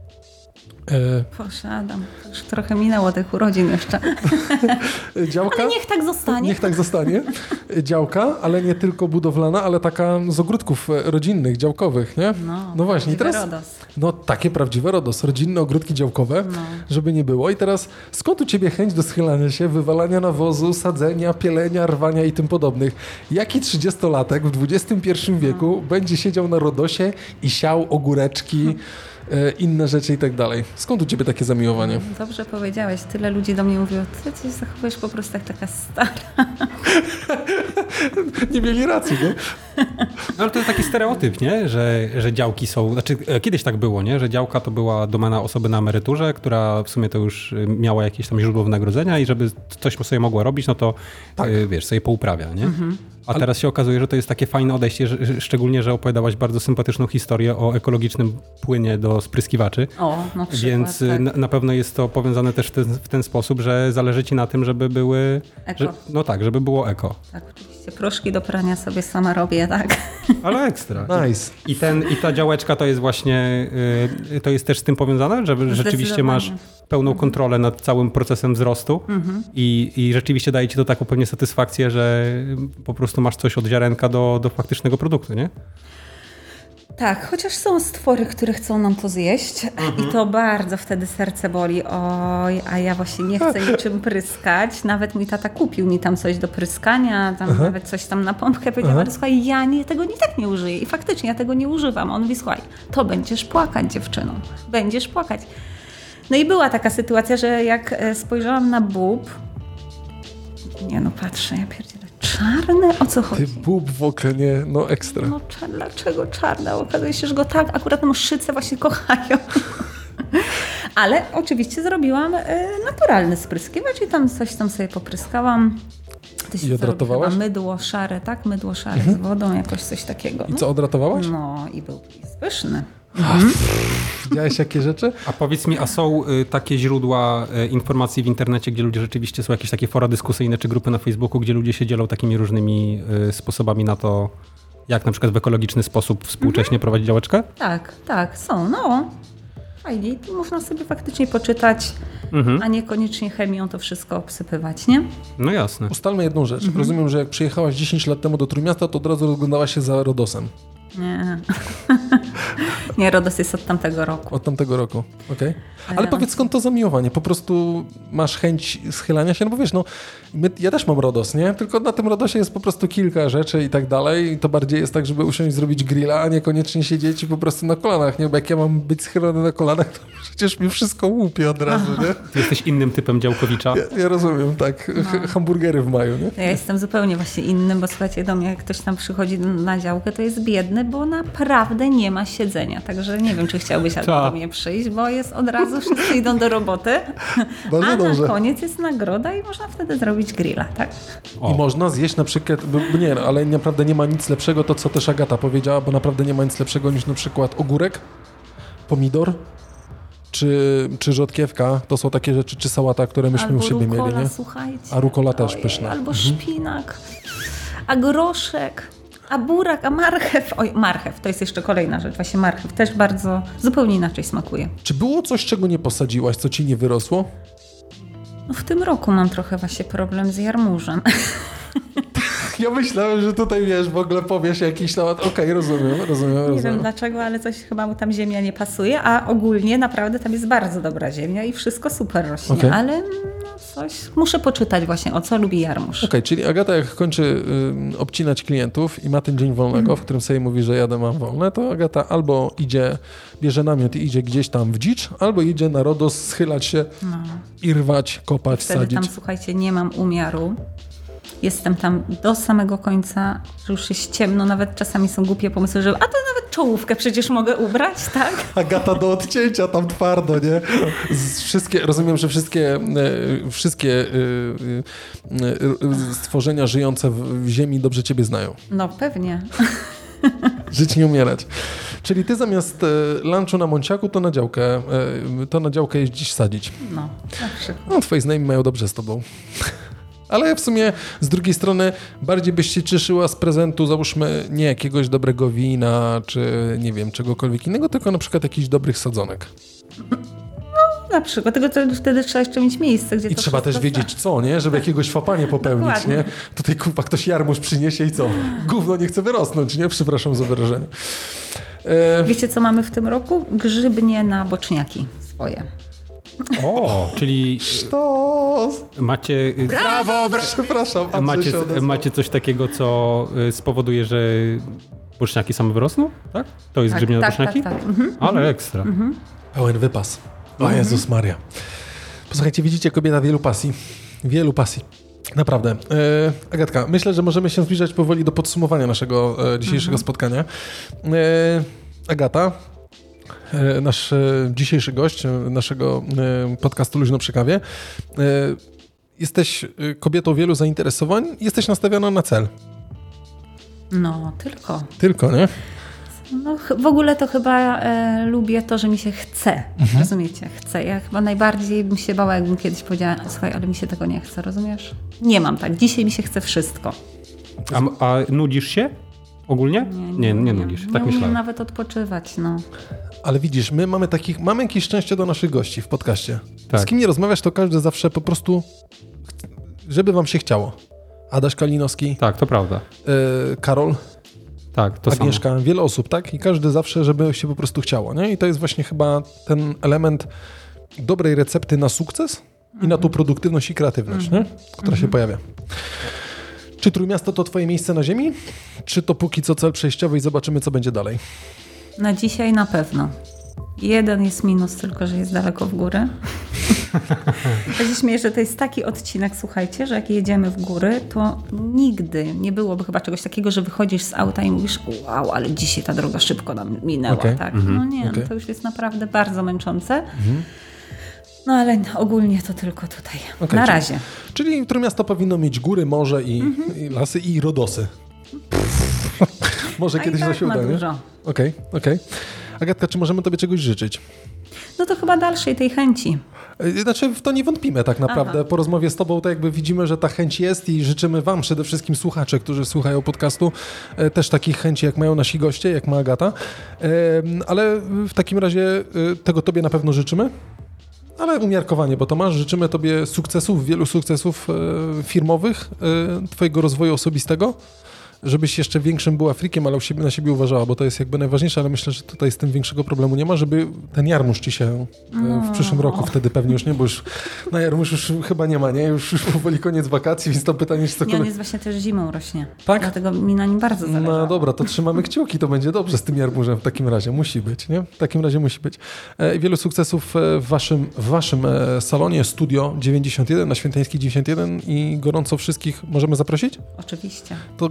Boże, Adam, już trochę minęło tych urodzin jeszcze. Działka? Ale niech tak zostanie. Niech tak zostanie. Działka, ale nie tylko budowlana, ale taka z ogródków rodzinnych, działkowych, nie? No właśnie. I teraz, RODOS. No takie prawdziwe RODOS, rodzinne ogródki działkowe, żeby nie było. I teraz skąd u ciebie chęć do schylania się, wywalania nawozu, sadzenia, pielenia, rwania i tym podobnych? Jaki 30-latek w XXI wieku będzie siedział na RODOSie i siał ogóreczki, inne rzeczy i tak dalej. Skąd u ciebie takie zamiłowanie? Dobrze powiedziałeś. Tyle ludzi do mnie mówiło, ty się zachowujesz po prostu jak taka stara. Nie mieli racji, nie? No ale to jest taki stereotyp, nie? Że działki są... Znaczy kiedyś tak było, nie? Że działka to była domena osoby na emeryturze, która w sumie to już miała jakieś tam źródło wynagrodzenia i żeby coś sobie mogła robić, no to wiesz, sobie pouprawia, nie? A teraz się okazuje, że to jest takie fajne odejście, szczególnie, że opowiadałaś bardzo sympatyczną historię o ekologicznym płynie do spryskiwaczy. O, na przykład, więc tak. na pewno jest to powiązane też w ten sposób, że zależy ci na tym, żeby były... Eko. Żeby było eko. Tak, oczywiście. Proszki do prania sobie sama robię, tak. Ale ekstra. Nice. I ta działeczka to jest właśnie, to jest też z tym powiązane, że rzeczywiście masz pełną kontrolę nad całym procesem wzrostu i rzeczywiście daje ci to taką pewnie satysfakcję, że po prostu masz coś od ziarenka do faktycznego produktu, nie? Tak, chociaż są stwory, które chcą nam to zjeść i to bardzo wtedy serce boli. Oj, a ja właśnie nie chcę niczym pryskać. Nawet mój tata kupił mi tam coś do pryskania, tam nawet coś tam na pompkę. Powiedział, słuchaj, ja tego i tak nie użyję. I faktycznie ja tego nie używam. On mówi, słuchaj, to będziesz płakać, dziewczyną. Będziesz płakać. No i była taka sytuacja, że jak spojrzałam na bób, nie no, patrzę, ja pierdzielę, czarny? O co chodzi? Ty bób w ogóle, nie, no ekstra. No dlaczego czarne? Okazuje się, że go tak akurat mszyce właśnie kochają. Ale oczywiście zrobiłam naturalny spryskiwacz i tam coś tam sobie popryskałam. I odratowałaś? Mydło szare, tak? Mydło szare z wodą, jakoś coś takiego. I co, odratowałaś? No i był pyszny. Widziałeś jakie rzeczy? A powiedz mi, a są takie źródła informacji w internecie, gdzie ludzie rzeczywiście, są jakieś takie fora dyskusyjne czy grupy na Facebooku, gdzie ludzie się dzielą takimi różnymi sposobami na to, jak na przykład w ekologiczny sposób współcześnie prowadzić działeczkę? Tak, są, no. Fajnie, tu można sobie faktycznie poczytać, a niekoniecznie chemią to wszystko obsypywać, nie? No jasne. Ustalmy jedną rzecz. Rozumiem, że jak przyjechałaś 10 lat temu do Trójmiasta, to od razu rozglądałaś się za RODOS-em. Nie. Nie, RODOS jest od tamtego roku. Od tamtego roku, okej. Ale powiedz, skąd to zamiłowanie? Po prostu masz chęć schylania się? No bo wiesz, ja też mam RODOS, nie? Tylko na tym RODOSie jest po prostu kilka rzeczy i tak dalej. I to bardziej jest tak, żeby usiąść, zrobić grilla, a niekoniecznie siedzieć po prostu na kolanach, nie? Bo jak ja mam być schylony na kolanach, to przecież mi wszystko łupie od razu, nie? Ty jesteś innym typem działkowicza. Ja rozumiem, tak. Hamburgery w maju, nie? Ja jestem zupełnie właśnie innym, bo słuchajcie, do mnie jak ktoś tam przychodzi na działkę, to jest biedny, fajne, bo naprawdę nie ma siedzenia. Także nie wiem, czy chciałbyś do mnie przyjść, bo jest od razu, wszyscy idą do roboty. A na koniec jest nagroda i można wtedy zrobić grilla, tak? I można zjeść na przykład, ale naprawdę nie ma nic lepszego, to co też Agata powiedziała, bo naprawdę nie ma nic lepszego niż na przykład ogórek, pomidor, czy rzodkiewka, to są takie rzeczy, czy sałata, które myśmy u siebie mieli, nie? Słuchajcie. A rukola też pyszna. Albo szpinak, a groszek, a burak, a marchew. Oj, marchew, to jest jeszcze kolejna rzecz. Właśnie marchew też bardzo, zupełnie inaczej smakuje. Czy było coś, czego nie posadziłaś, co ci nie wyrosło? No w tym roku mam trochę właśnie problem z jarmużem. Ja myślałem, że tutaj, wiesz, w ogóle powiesz jakiś temat. Okej, rozumiem. Nie wiem dlaczego, ale coś chyba mu tam ziemia nie pasuje, a ogólnie naprawdę tam jest bardzo dobra ziemia i wszystko super rośnie, ale coś muszę poczytać właśnie, o co lubi jarmuż. Czyli Agata jak kończy obcinać klientów i ma ten dzień wolnego, w którym sobie mówi, że jadę, mam wolne, to Agata albo bierze namiot i idzie gdzieś tam w dzicz, albo idzie na RODOS schylać się i rwać, kopać, wtedy sadzić. Tam, słuchajcie, nie mam umiaru. Jestem tam do samego końca, że już jest ciemno, nawet czasami są głupie pomysły, że to nawet czołówkę przecież mogę ubrać, tak? Agata do odcięcia tam twardo, nie? Rozumiem, że wszystkie stworzenia żyjące w ziemi dobrze ciebie znają. No pewnie. Żyć, nie umierać. Czyli ty zamiast lunchu na Monciaku, to na działkę jeździsz sadzić. No, na przykład. No, twoi znajomi mają dobrze z tobą. Ale w sumie z drugiej strony bardziej byś się cieszyła z prezentu, załóżmy, nie jakiegoś dobrego wina, czy nie wiem, czegokolwiek innego, tylko na przykład jakichś dobrych sadzonek. No, na przykład, tylko to wtedy trzeba jeszcze mieć miejsce, gdzie I to trzeba też wiedzieć co, nie? Żeby jakiegoś fapa nie popełnić, Dokładnie. nie? Tutaj ktoś jarmuż przyniesie i co? Gówno nie chce wyrosnąć, nie? Przepraszam za wyrażenie. Wiecie, co mamy w tym roku? Grzybnie na boczniaki swoje. O, czyli Sztos! macie... Brawo! Przepraszam. Macie coś takiego, co spowoduje, że boczniaki same wyrosną? Tak? To jest grzybnia na boczniaki? Tak. Mhm. Ale ekstra. Pełen wypas. O Jezus Maria. Posłuchajcie, widzicie, kobieta wielu pasji. Wielu pasji. Naprawdę. Agatka, myślę, że możemy się zbliżać powoli do podsumowania naszego dzisiejszego spotkania. Agata, nasz dzisiejszy gość naszego podcastu Luźno przy kawie. Jesteś kobietą wielu zainteresowań, jesteś nastawiona na cel. No, tylko. Tylko, nie? No, w ogóle to chyba lubię to, że mi się chce. Rozumiecie? Chce. Ja chyba najbardziej bym się bała, jakbym kiedyś powiedziała, słuchaj, ale mi się tego nie chce, rozumiesz? Nie mam tak. Dzisiaj mi się chce wszystko. A nudzisz się ogólnie? Nie nudzisz. Tak myślałem. Nie umiem nawet odpoczywać, no. Ale widzisz, my mamy jakieś szczęście do naszych gości w podcaście. Tak. Z kim nie rozmawiasz, to każdy zawsze po prostu, żeby wam się chciało. Adaś Kalinowski. Tak, to prawda. Karol. Tak, to Agnieszka. samo. Wiele osób, tak? I każdy zawsze, żeby się po prostu chciało, nie? I to jest właśnie chyba ten element dobrej recepty na sukces i na tą produktywność i kreatywność, nie? Która się pojawia. Czy Trójmiasto to twoje miejsce na ziemi? Czy to póki co cel przejściowy i zobaczymy, co będzie dalej? Na dzisiaj na pewno. Jeden jest minus, tylko że jest daleko w górę. Ja się śmieję, że to jest taki odcinek, słuchajcie, że jak jedziemy w góry, to nigdy nie byłoby chyba czegoś takiego, że wychodzisz z auta i mówisz, wow, ale dzisiaj ta droga szybko nam minęła. Tak? No nie, no to już jest naprawdę bardzo męczące. No ale ogólnie to tylko tutaj. Na razie. Czyli Trójmiasto powinno mieć góry, morze i lasy i rodosy. Może kiedyś to się uda, nie? Okej. Agatka, czy możemy tobie czegoś życzyć? No to chyba dalszej tej chęci. Znaczy w to nie wątpimy tak naprawdę. Aha. Po rozmowie z tobą to jakby widzimy, że ta chęć jest i życzymy wam, przede wszystkim słuchacze, którzy słuchają podcastu, też takich chęci, jak mają nasi goście, jak ma Agata. Ale w takim razie tego tobie na pewno życzymy. Ale umiarkowanie, bo Tomasz, życzymy tobie sukcesów, wielu sukcesów firmowych, twojego rozwoju osobistego, żebyś jeszcze większym była freakiem, ale na siebie uważała, bo to jest jakby najważniejsze, ale myślę, że tutaj z tym większego problemu nie ma, żeby ten jarmuż ci się w przyszłym roku wtedy pewnie już nie, bo już na jarmuż już chyba nie ma, nie? Już powoli koniec wakacji, więc to pytanie jest cokolwiek. Nie, on jest właśnie też zimą rośnie. Tak? Dlatego mi na nim bardzo zależy. No dobra, to trzymamy kciuki, to będzie dobrze z tym jarmużem w takim razie. Musi być, nie? W takim razie musi być. Wielu sukcesów w waszym salonie Studio 91 na Świętańskiej 91 i gorąco wszystkich możemy zaprosić? Oczywiście. To gorąco was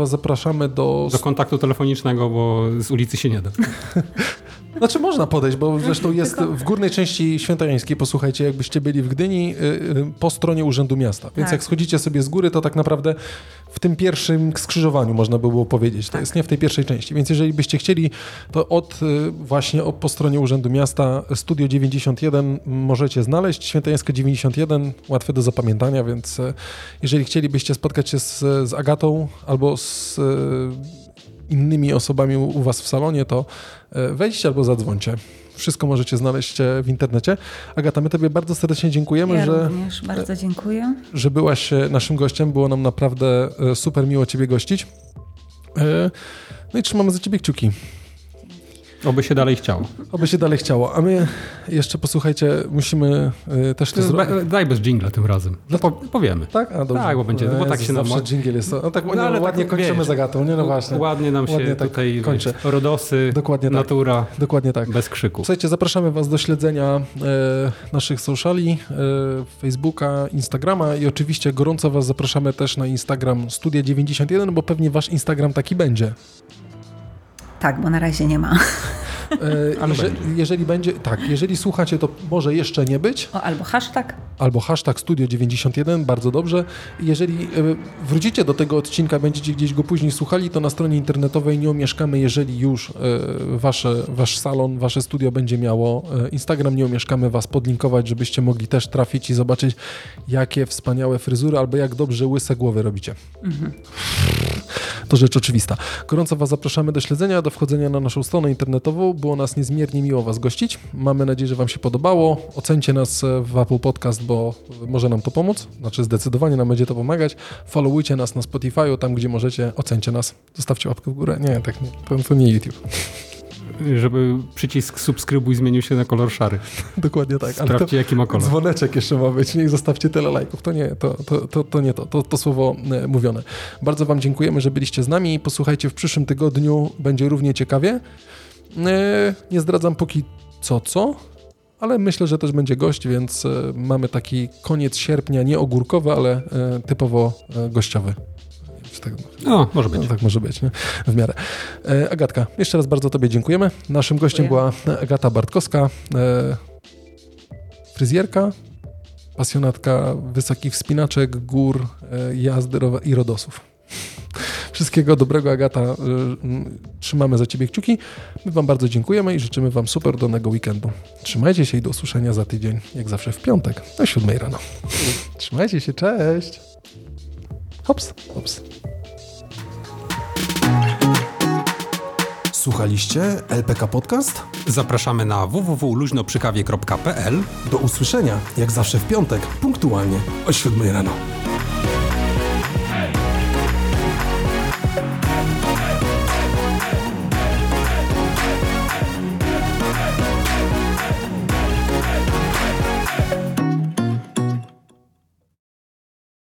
was zapraszamy do kontaktu telefonicznego, bo z ulicy się nie da. Znaczy można podejść, bo zresztą jest w górnej części Świętojańskiej, posłuchajcie, jakbyście byli w Gdyni, po stronie Urzędu Miasta. Więc jak schodzicie sobie z góry, to tak naprawdę w tym pierwszym skrzyżowaniu można by było powiedzieć. To jest nie w tej pierwszej części. Więc jeżeli byście chcieli, to właśnie po stronie Urzędu Miasta Studio 91 możecie znaleźć. Świętojańska 91, łatwe do zapamiętania, więc jeżeli chcielibyście spotkać się z Agatą albo z innymi osobami u was w salonie, to wejdźcie albo zadzwońcie. Wszystko możecie znaleźć w internecie. Agata, my tobie bardzo serdecznie dziękujemy, ja również bardzo dziękuję, że byłaś naszym gościem. Było nam naprawdę super miło ciebie gościć. No i trzymamy za ciebie kciuki. Oby się dalej chciało. Oby się dalej chciało. A my jeszcze, posłuchajcie, musimy też to zrobić. Daj bez dżingla tym razem. No powiemy. Tak? A dobrze. Tak, bo będzie, bo tak się nam... Zawsze dżingiel jest. No tak, ale ładnie tak, kończymy zagatą, nie? No właśnie. Ładnie nam się tak tutaj kończy. Rodosy, dokładnie natura. Tak. Dokładnie tak. Bez krzyku. Słuchajcie, zapraszamy was do śledzenia naszych sociali, Facebooka, Instagrama i oczywiście gorąco was zapraszamy też na Instagram Studia 91, bo pewnie wasz Instagram taki będzie. Tak, bo na razie nie ma. Jeżeli będzie, tak, jeżeli słuchacie, to może jeszcze nie być. Albo hashtag Studio 91, bardzo dobrze. Jeżeli wrócicie do tego odcinka, będziecie gdzieś go później słuchali, to na stronie internetowej Nie Omieszkamy, jeżeli już wasz salon, wasze studio będzie miało Instagram, Nie Omieszkamy was podlinkować, żebyście mogli też trafić i zobaczyć, jakie wspaniałe fryzury albo jak dobrze łyse głowy robicie. To rzecz oczywista. Gorąco was zapraszamy do śledzenia, do wchodzenia na naszą stronę internetową. Było nas niezmiernie miło was gościć. Mamy nadzieję, że wam się podobało. Ocencie nas w Apple Podcast, bo może nam to pomóc. Znaczy zdecydowanie nam będzie to pomagać. Followujcie nas na Spotify'u, tam gdzie możecie. Ocencie nas. Zostawcie łapkę w górę. Nie, tak nie. To nie YouTube. Żeby przycisk subskrybuj zmienił się na kolor szary. Dokładnie tak. Sprawdźcie, jaki ma kolor. Dzwoneczek jeszcze ma być. Nie zostawcie tyle lajków. To nie, to nie to. To słowo mówione. Bardzo wam dziękujemy, że byliście z nami. Posłuchajcie, w przyszłym tygodniu będzie równie ciekawie. Nie zdradzam póki co, ale myślę, że też będzie gość, więc mamy taki koniec sierpnia, nie ogórkowy, ale typowo gościowy. No, może być. No, tak może być, nie? W miarę. Agatka, jeszcze raz bardzo tobie dziękujemy. Naszym gościem była Agata Bartkowska, fryzjerka, pasjonatka wysokich wspinaczek, gór, jazdy i rodosów. Wszystkiego dobrego, Agata. Trzymamy za ciebie kciuki. My wam bardzo dziękujemy i życzymy wam super udanego weekendu. Trzymajcie się i do usłyszenia za tydzień, jak zawsze w piątek, o 7 rano. Trzymajcie się, cześć! Hops, hops. Słuchaliście LPK Podcast? Zapraszamy na www.luźnoprzykawie.pl. Do usłyszenia, jak zawsze w piątek, punktualnie o 7 rano.